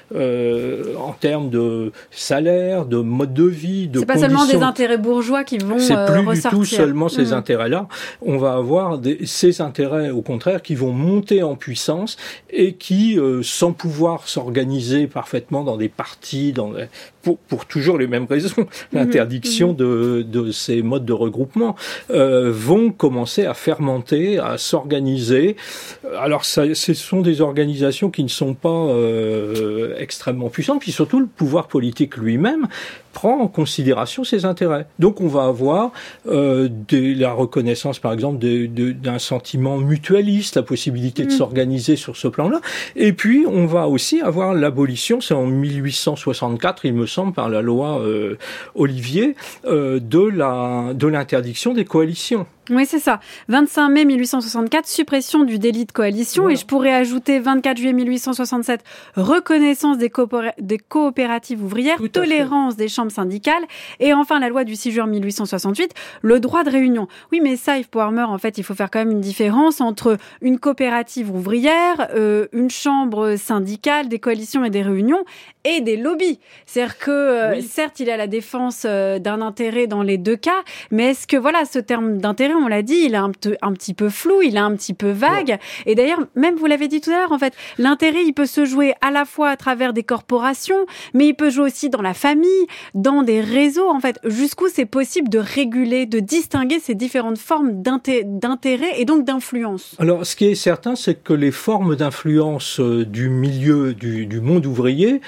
en termes de salaire, de mode de vie, de conditions. C'est pas seulement des intérêts bourgeois qui vont ressortir. C'est plus du tout seulement ces intérêts-là. On va avoir ces intérêts, au contraire, qui vont monter en puissance et qui, sans pouvoir s'organiser parfaitement dans des partis, pour toujours les mêmes raisons, l'interdiction de ces modes de regroupement, vont commencer à fermenter, à s'organiser. Alors, ce sont des organisations qui ne sont pas extrêmement puissantes, puis surtout le pouvoir politique lui-même prend en considération ses intérêts. Donc on va avoir la reconnaissance, par exemple, d'un sentiment mutualiste, la possibilité de s'organiser sur ce plan-là. Et puis on va aussi avoir l'abolition, c'est en 1864, il me semble, par la loi Olivier, de l'interdiction des coalitions. Oui, c'est ça. 25 mai 1864, suppression du délit de coalition. Voilà. Et je pourrais ajouter 24 juillet 1867, reconnaissance des coopératives ouvrières, tolérance des chambres syndicales. Et enfin, la loi du 6 juin 1868, le droit de réunion. Oui, mais ça, Yves Poirmer, en fait, il faut faire quand même une différence entre une coopérative ouvrière, une chambre syndicale, des coalitions et des réunions, et des lobbies. C'est-à-dire que, certes, il a la défense d'un intérêt dans les deux cas, mais est-ce que, voilà, ce terme d'intérêt, on l'a dit, il est un petit peu flou, il est un petit peu vague. Ouais. Et d'ailleurs, même vous l'avez dit tout à l'heure, en fait, l'intérêt, il peut se jouer à la fois à travers des corporations, mais il peut jouer aussi dans la famille, dans des réseaux. En fait, jusqu'où c'est possible de réguler, de distinguer ces différentes formes d'intérêt et donc d'influence? Alors, ce qui est certain, c'est que les formes d'influence du milieu, du monde ouvrier,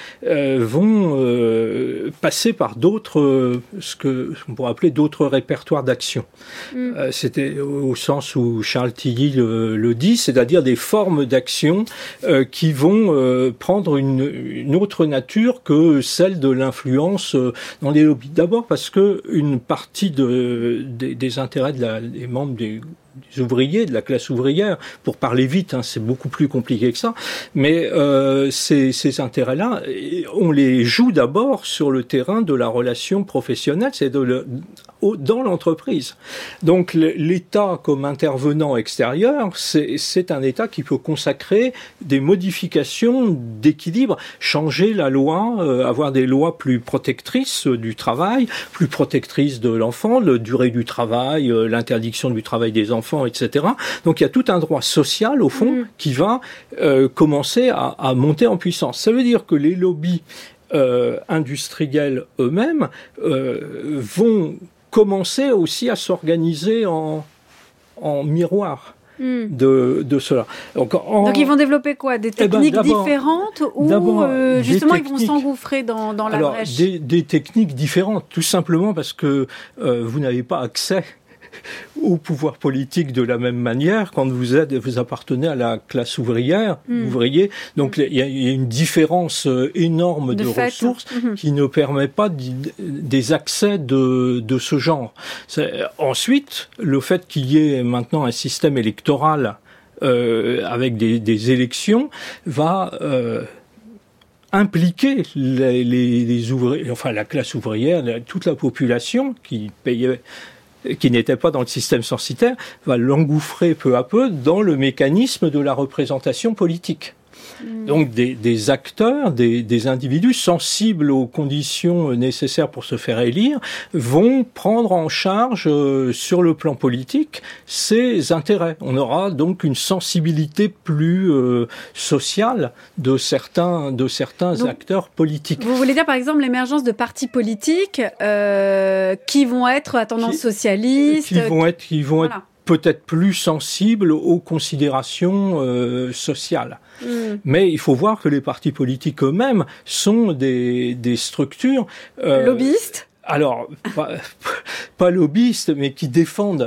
vont passer par d'autres, ce qu'on pourrait appeler d'autres répertoires d'action. C'était au sens où Charles Tilly le dit, c'est-à-dire des formes d'action qui vont prendre une autre nature que celle de l'influence dans les lobbies. D'abord parce que une partie des intérêts des membres des ouvriers, de la classe ouvrière, pour parler vite, c'est beaucoup plus compliqué que ça, mais ces intérêts-là, on les joue d'abord sur le terrain de la relation professionnelle, c'est dans l'entreprise. Donc l'État comme intervenant extérieur, c'est un État qui peut consacrer des modifications d'équilibre, changer la loi, avoir des lois plus protectrices du travail, plus protectrices de l'enfant, la durée du travail, l'interdiction du travail des enfants, etc. Donc il y a tout un droit social, au fond, qui va commencer à monter en puissance. Ça veut dire que les lobbies industriels eux-mêmes vont commencer aussi à s'organiser en miroir de cela. Donc ils vont développer quoi? Des techniques différentes ou justement ils vont s'engouffrer dans la brèche? Des techniques différentes, tout simplement parce que vous n'avez pas accès au pouvoir politique de la même manière quand vous appartenez à la classe ouvrière, ouvrier. Donc il y a une différence énorme de ressources qui ne permet pas des accès de ce genre. Ensuite, le fait qu'il y ait maintenant un système électoral avec des élections va impliquer les ouvriers, enfin la classe ouvrière, toute la population qui n'était pas dans le système censitaire, va l'engouffrer peu à peu dans le mécanisme de la représentation politique. Donc des acteurs, des individus sensibles aux conditions nécessaires pour se faire élire vont prendre en charge sur le plan politique ces intérêts. On aura donc une sensibilité plus sociale de certains donc, acteurs politiques. Vous voulez dire par exemple l'émergence de partis politiques qui vont être à tendance socialiste, qui vont être peut-être plus sensibles aux considérations sociales. Mais il faut voir que les partis politiques eux-mêmes sont des structures lobbyistes. Alors, pas lobbyistes, mais qui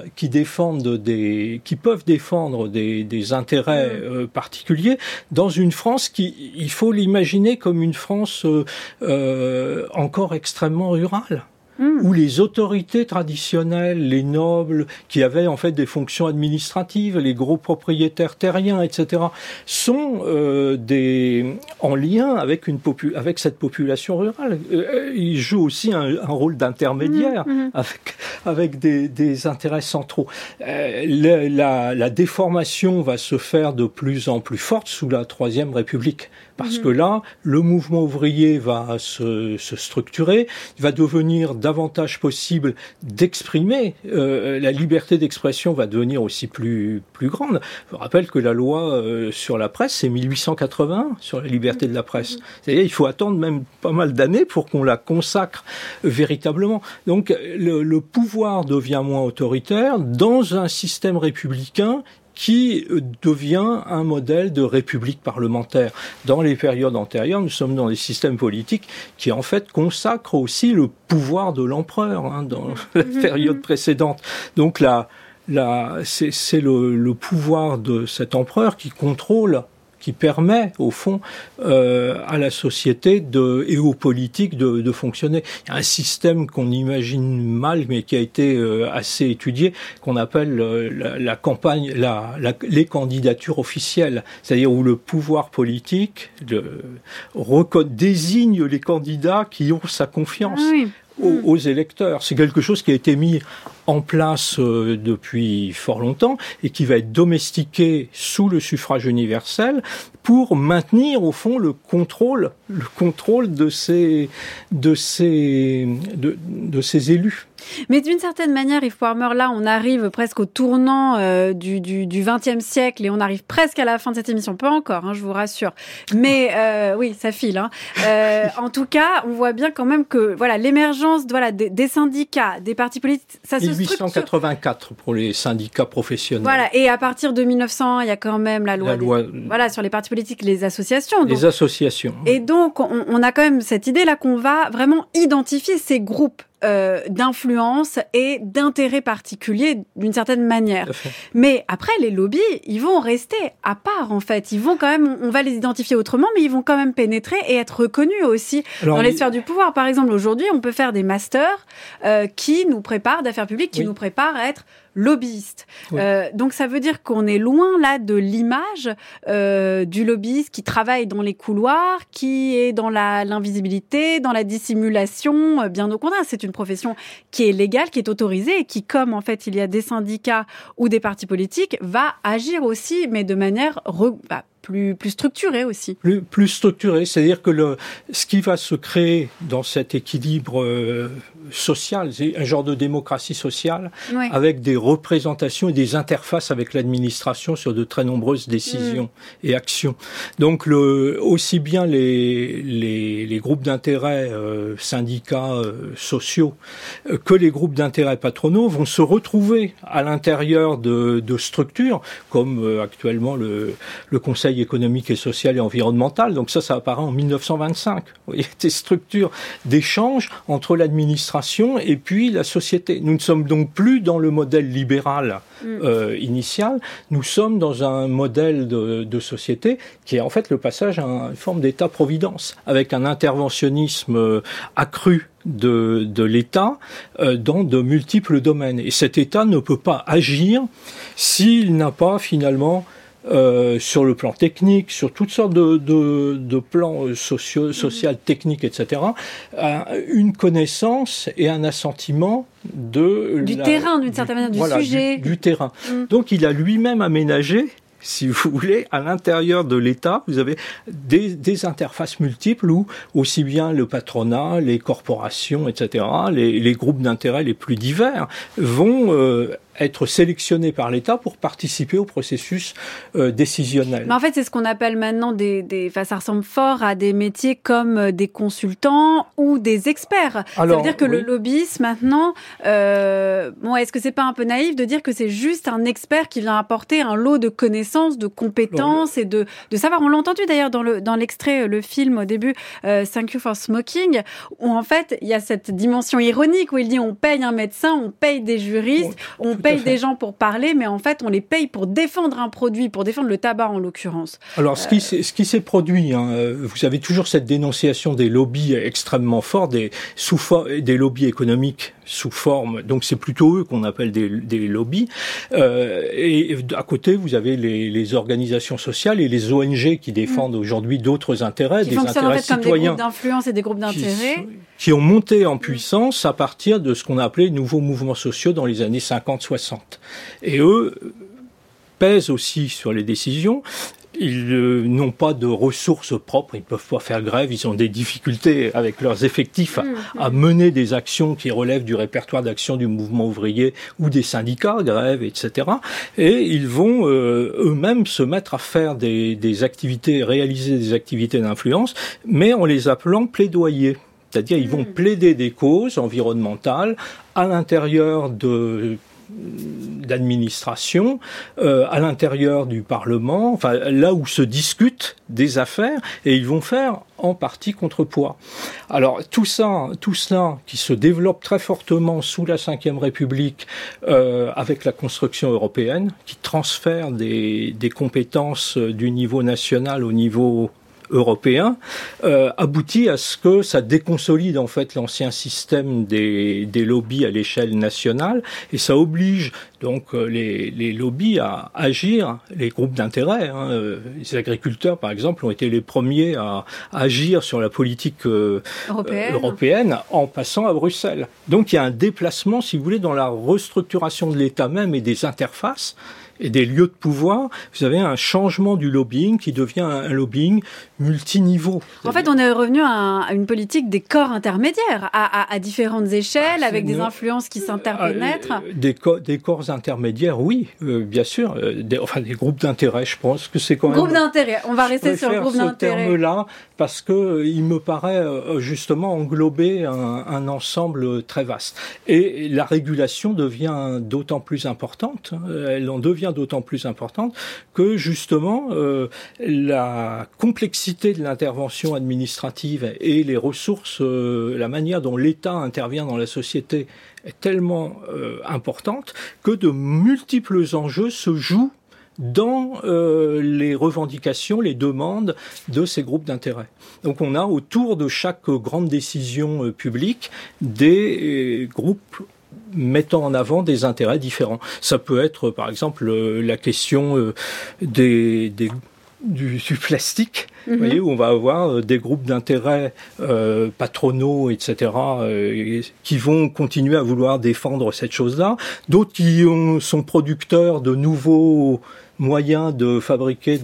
peuvent défendre des intérêts particuliers dans une France il faut l'imaginer comme une France encore extrêmement rurale. où les autorités traditionnelles, les nobles, qui avaient en fait des fonctions administratives, les gros propriétaires terriens, etc., sont en lien avec avec cette population rurale. Ils jouent aussi un rôle d'intermédiaire avec des intérêts centraux. La déformation va se faire de plus en plus forte sous la Troisième République. Parce que là, le mouvement ouvrier va se structurer, il va devenir davantage possible d'exprimer, la liberté d'expression va devenir aussi plus grande. Je rappelle que la loi sur la presse, c'est 1881, sur la liberté de la presse. C'est-à-dire il faut attendre même pas mal d'années pour qu'on la consacre véritablement. Donc le pouvoir devient moins autoritaire dans un système républicain qui devient un modèle de république parlementaire. Dans les périodes antérieures, nous sommes dans des systèmes politiques qui, en fait, consacrent aussi le pouvoir de l'empereur, dans la période précédente. Donc là, c'est le pouvoir de cet empereur qui contrôle, qui permet, au fond, à la société et aux politiques de fonctionner. Il y a un système qu'on imagine mal, mais qui a été assez étudié, qu'on appelle la campagne, les candidatures officielles, c'est-à-dire où le pouvoir politique désigne les candidats qui ont sa confiance. Oui. Aux électeurs. C'est quelque chose qui a été mis en place depuis fort longtemps et qui va être domestiqué sous le suffrage universel pour maintenir au fond le contrôle de ces élus. Mais d'une certaine manière, Yves Poirmeur, là, on arrive presque au tournant du XXe siècle et on arrive presque à la fin de cette émission. Pas encore, je vous rassure. Mais oui, ça file. En tout cas, on voit bien quand même que l'émergence des syndicats, des partis politiques, ça se structure. 1884 pour les syndicats professionnels. Voilà, et à partir de 1900, il y a quand même la loi sur les partis politiques, les associations. Les associations. Et donc, on a quand même cette idée-là qu'on va vraiment identifier ces groupes d'influence et d'intérêt particulier d'une certaine manière. Mais après, les lobbies, ils vont rester à part, en fait. Ils vont quand même, on va les identifier autrement, mais ils vont quand même pénétrer et être reconnus aussi dans les sphères du pouvoir. Par exemple, aujourd'hui, on peut faire des masters qui nous préparent d'affaires publiques, qui nous préparent à être lobbyiste. Oui. Donc ça veut dire qu'on est loin là de l'image du lobbyiste qui travaille dans les couloirs, qui est dans l'invisibilité, dans la dissimulation. Bien au contraire, c'est une profession qui est légale, qui est autorisée et qui, comme en fait il y a des syndicats ou des partis politiques, va agir aussi, mais de manière plus structuré aussi. Plus structuré, c'est-à-dire que ce qui va se créer dans cet équilibre social, c'est un genre de démocratie sociale, avec des représentations et des interfaces avec l'administration sur de très nombreuses décisions et actions. Donc aussi bien les groupes d'intérêt, syndicats, sociaux, que les groupes d'intérêt patronaux vont se retrouver à l'intérieur de structures, comme actuellement le Conseil économique et social et environnemental. Donc ça apparaît en 1925. Vous voyez, des structures d'échange entre l'administration et puis la société. Nous ne sommes donc plus dans le modèle libéral initial. Nous sommes dans un modèle de société qui est en fait le passage à une forme d'État-providence, avec un interventionnisme accru de l'État dans de multiples domaines. Et cet État ne peut pas agir s'il n'a pas finalement sur le plan technique, sur toutes sortes de plans social, techniques, etc., une connaissance et un assentiment du terrain, d'une certaine manière, du sujet. Du terrain. Donc il a lui-même aménagé, si vous voulez, à l'intérieur de l'État, vous avez des interfaces multiples où aussi bien le patronat, les corporations, etc., les groupes d'intérêt les plus divers vont être sélectionnés par l'État pour participer au processus décisionnel. Mais en fait, c'est ce qu'on appelle maintenant ça ressemble fort à des métiers comme des consultants ou des experts. Alors, ça veut dire que le lobbyiste, maintenant, est-ce que c'est pas un peu naïf de dire que c'est juste un expert qui vient apporter un lot de connaissances, de compétences et de savoir. On l'a entendu d'ailleurs dans l'extrait, le film au début, Thank You for Smoking, où en fait, il y a cette dimension ironique où il dit on paye un médecin, on paye des juristes, on paye paye des gens pour parler, mais en fait, on les paye pour défendre un produit, pour défendre le tabac en l'occurrence. Alors, ce qui s'est produit, vous avez toujours cette dénonciation des lobbies extrêmement forts, des lobbies économiques sous forme, donc c'est plutôt eux qu'on appelle des lobbies. Et à côté, vous avez les organisations sociales et les ONG qui défendent aujourd'hui d'autres intérêts, des intérêts en fait citoyens. Comme des groupes d'influence et des groupes d'intérêt. Qui ont monté en puissance à partir de ce qu'on a appelé les nouveaux mouvements sociaux dans les années 50-60. Et eux pèsent aussi sur les décisions. Ils n'ont pas de ressources propres, ils ne peuvent pas faire grève, ils ont des difficultés avec leurs effectifs à mener des actions qui relèvent du répertoire d'action du mouvement ouvrier ou des syndicats, grève, etc. Et ils vont eux-mêmes se mettre à faire des activités, réaliser des activités d'influence, mais en les appelant plaidoyer. C'est-à-dire ils vont plaider des causes environnementales à l'intérieur d'administration, à l'intérieur du Parlement, enfin là où se discutent des affaires, et ils vont faire en partie contrepoids. Alors tout cela qui se développe très fortement sous la Ve République avec la construction européenne, qui transfère des compétences du niveau national au niveau européen, aboutit à ce que ça déconsolide en fait l'ancien système des lobbies à l'échelle nationale, et ça oblige donc les lobbies à agir, les groupes d'intérêt. Les agriculteurs, par exemple, ont été les premiers à agir sur la politique européenne en passant à Bruxelles. Donc il y a un déplacement, si vous voulez, dans la restructuration de l'État même et des interfaces et des lieux de pouvoir. Vous avez un changement du lobbying qui devient un lobbying multiniveau. En fait, on est revenu à une politique des corps intermédiaires, à différentes échelles, avec des influences qui s'interpénètrent. Des corps intermédiaires, oui, bien sûr. Des groupes d'intérêt, je pense que c'est quand même... Groupe d'intérêt, on va rester sur le groupe d'intérêt. Ce terme-là, parce que il me paraît justement englober un ensemble très vaste. Et la régulation devient d'autant plus importante, elle en devient d'autant plus importante que justement la complexité de l'intervention administrative et les ressources, la manière dont l'État intervient dans la société est tellement importante que de multiples enjeux se jouent dans les revendications, les demandes de ces groupes d'intérêt. Donc on a autour de chaque grande décision publique des groupes mettant en avant des intérêts différents. Ça peut être, par exemple, la question du plastique, vous voyez, où on va avoir des groupes d'intérêts patronaux, etc., qui vont continuer à vouloir défendre cette chose-là. D'autres qui sont producteurs de nouveaux moyens de fabriquer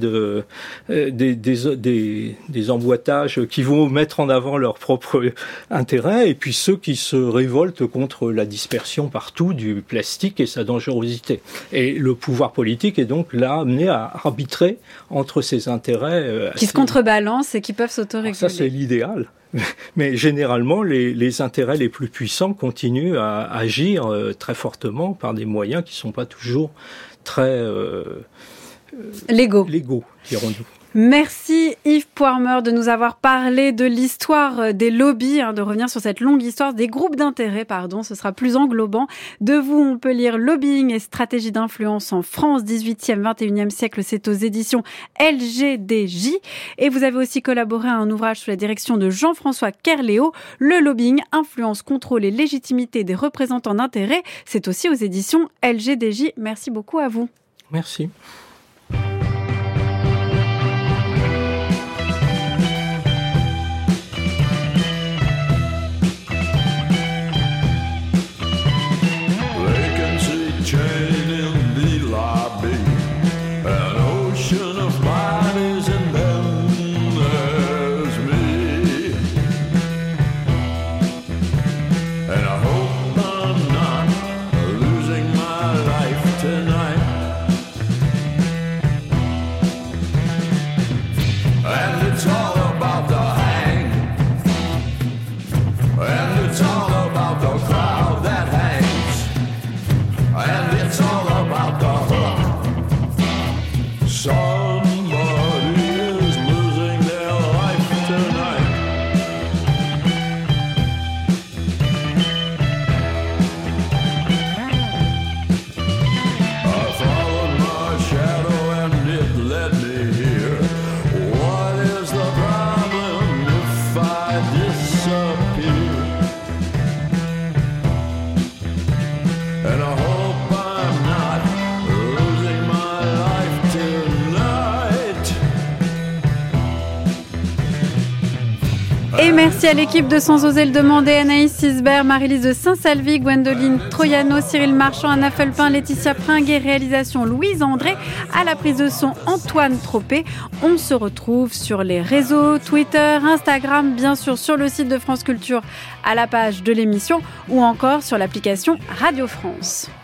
des emboîtages qui vont mettre en avant leurs propres intérêts, et puis ceux qui se révoltent contre la dispersion partout du plastique et sa dangerosité. Et le pouvoir politique est donc là amené à arbitrer entre ces intérêts qui se contrebalancent et qui peuvent s'autoréguler. Ça, c'est l'idéal. Mais généralement, les intérêts les plus puissants continuent à agir très fortement par des moyens qui ne sont pas toujours très légaux, dirons-nous. Merci Yves Poirmeur de nous avoir parlé de l'histoire des lobbies, de revenir sur cette longue histoire des groupes d'intérêt, ce sera plus englobant. De vous, on peut lire Lobbying et stratégie d'influence en France, 18e, 21e siècle, c'est aux éditions LGDJ. Et vous avez aussi collaboré à un ouvrage sous la direction de Jean-François Kerléo, Le lobbying, influence, contrôle et légitimité des représentants d'intérêt, c'est aussi aux éditions LGDJ. Merci beaucoup à vous. Merci. And it's merci à l'équipe de Sans oser le demander, Anaïs Sisbert, Marie-Lise de Saint-Salvi, Gwendoline Troyano, Cyril Marchand, Anna Felpin, Laetitia Pringuet, réalisation Louise André, à la prise de son Antoine Tropé. On se retrouve sur les réseaux, Twitter, Instagram, bien sûr sur le site de France Culture à la page de l'émission ou encore sur l'application Radio France.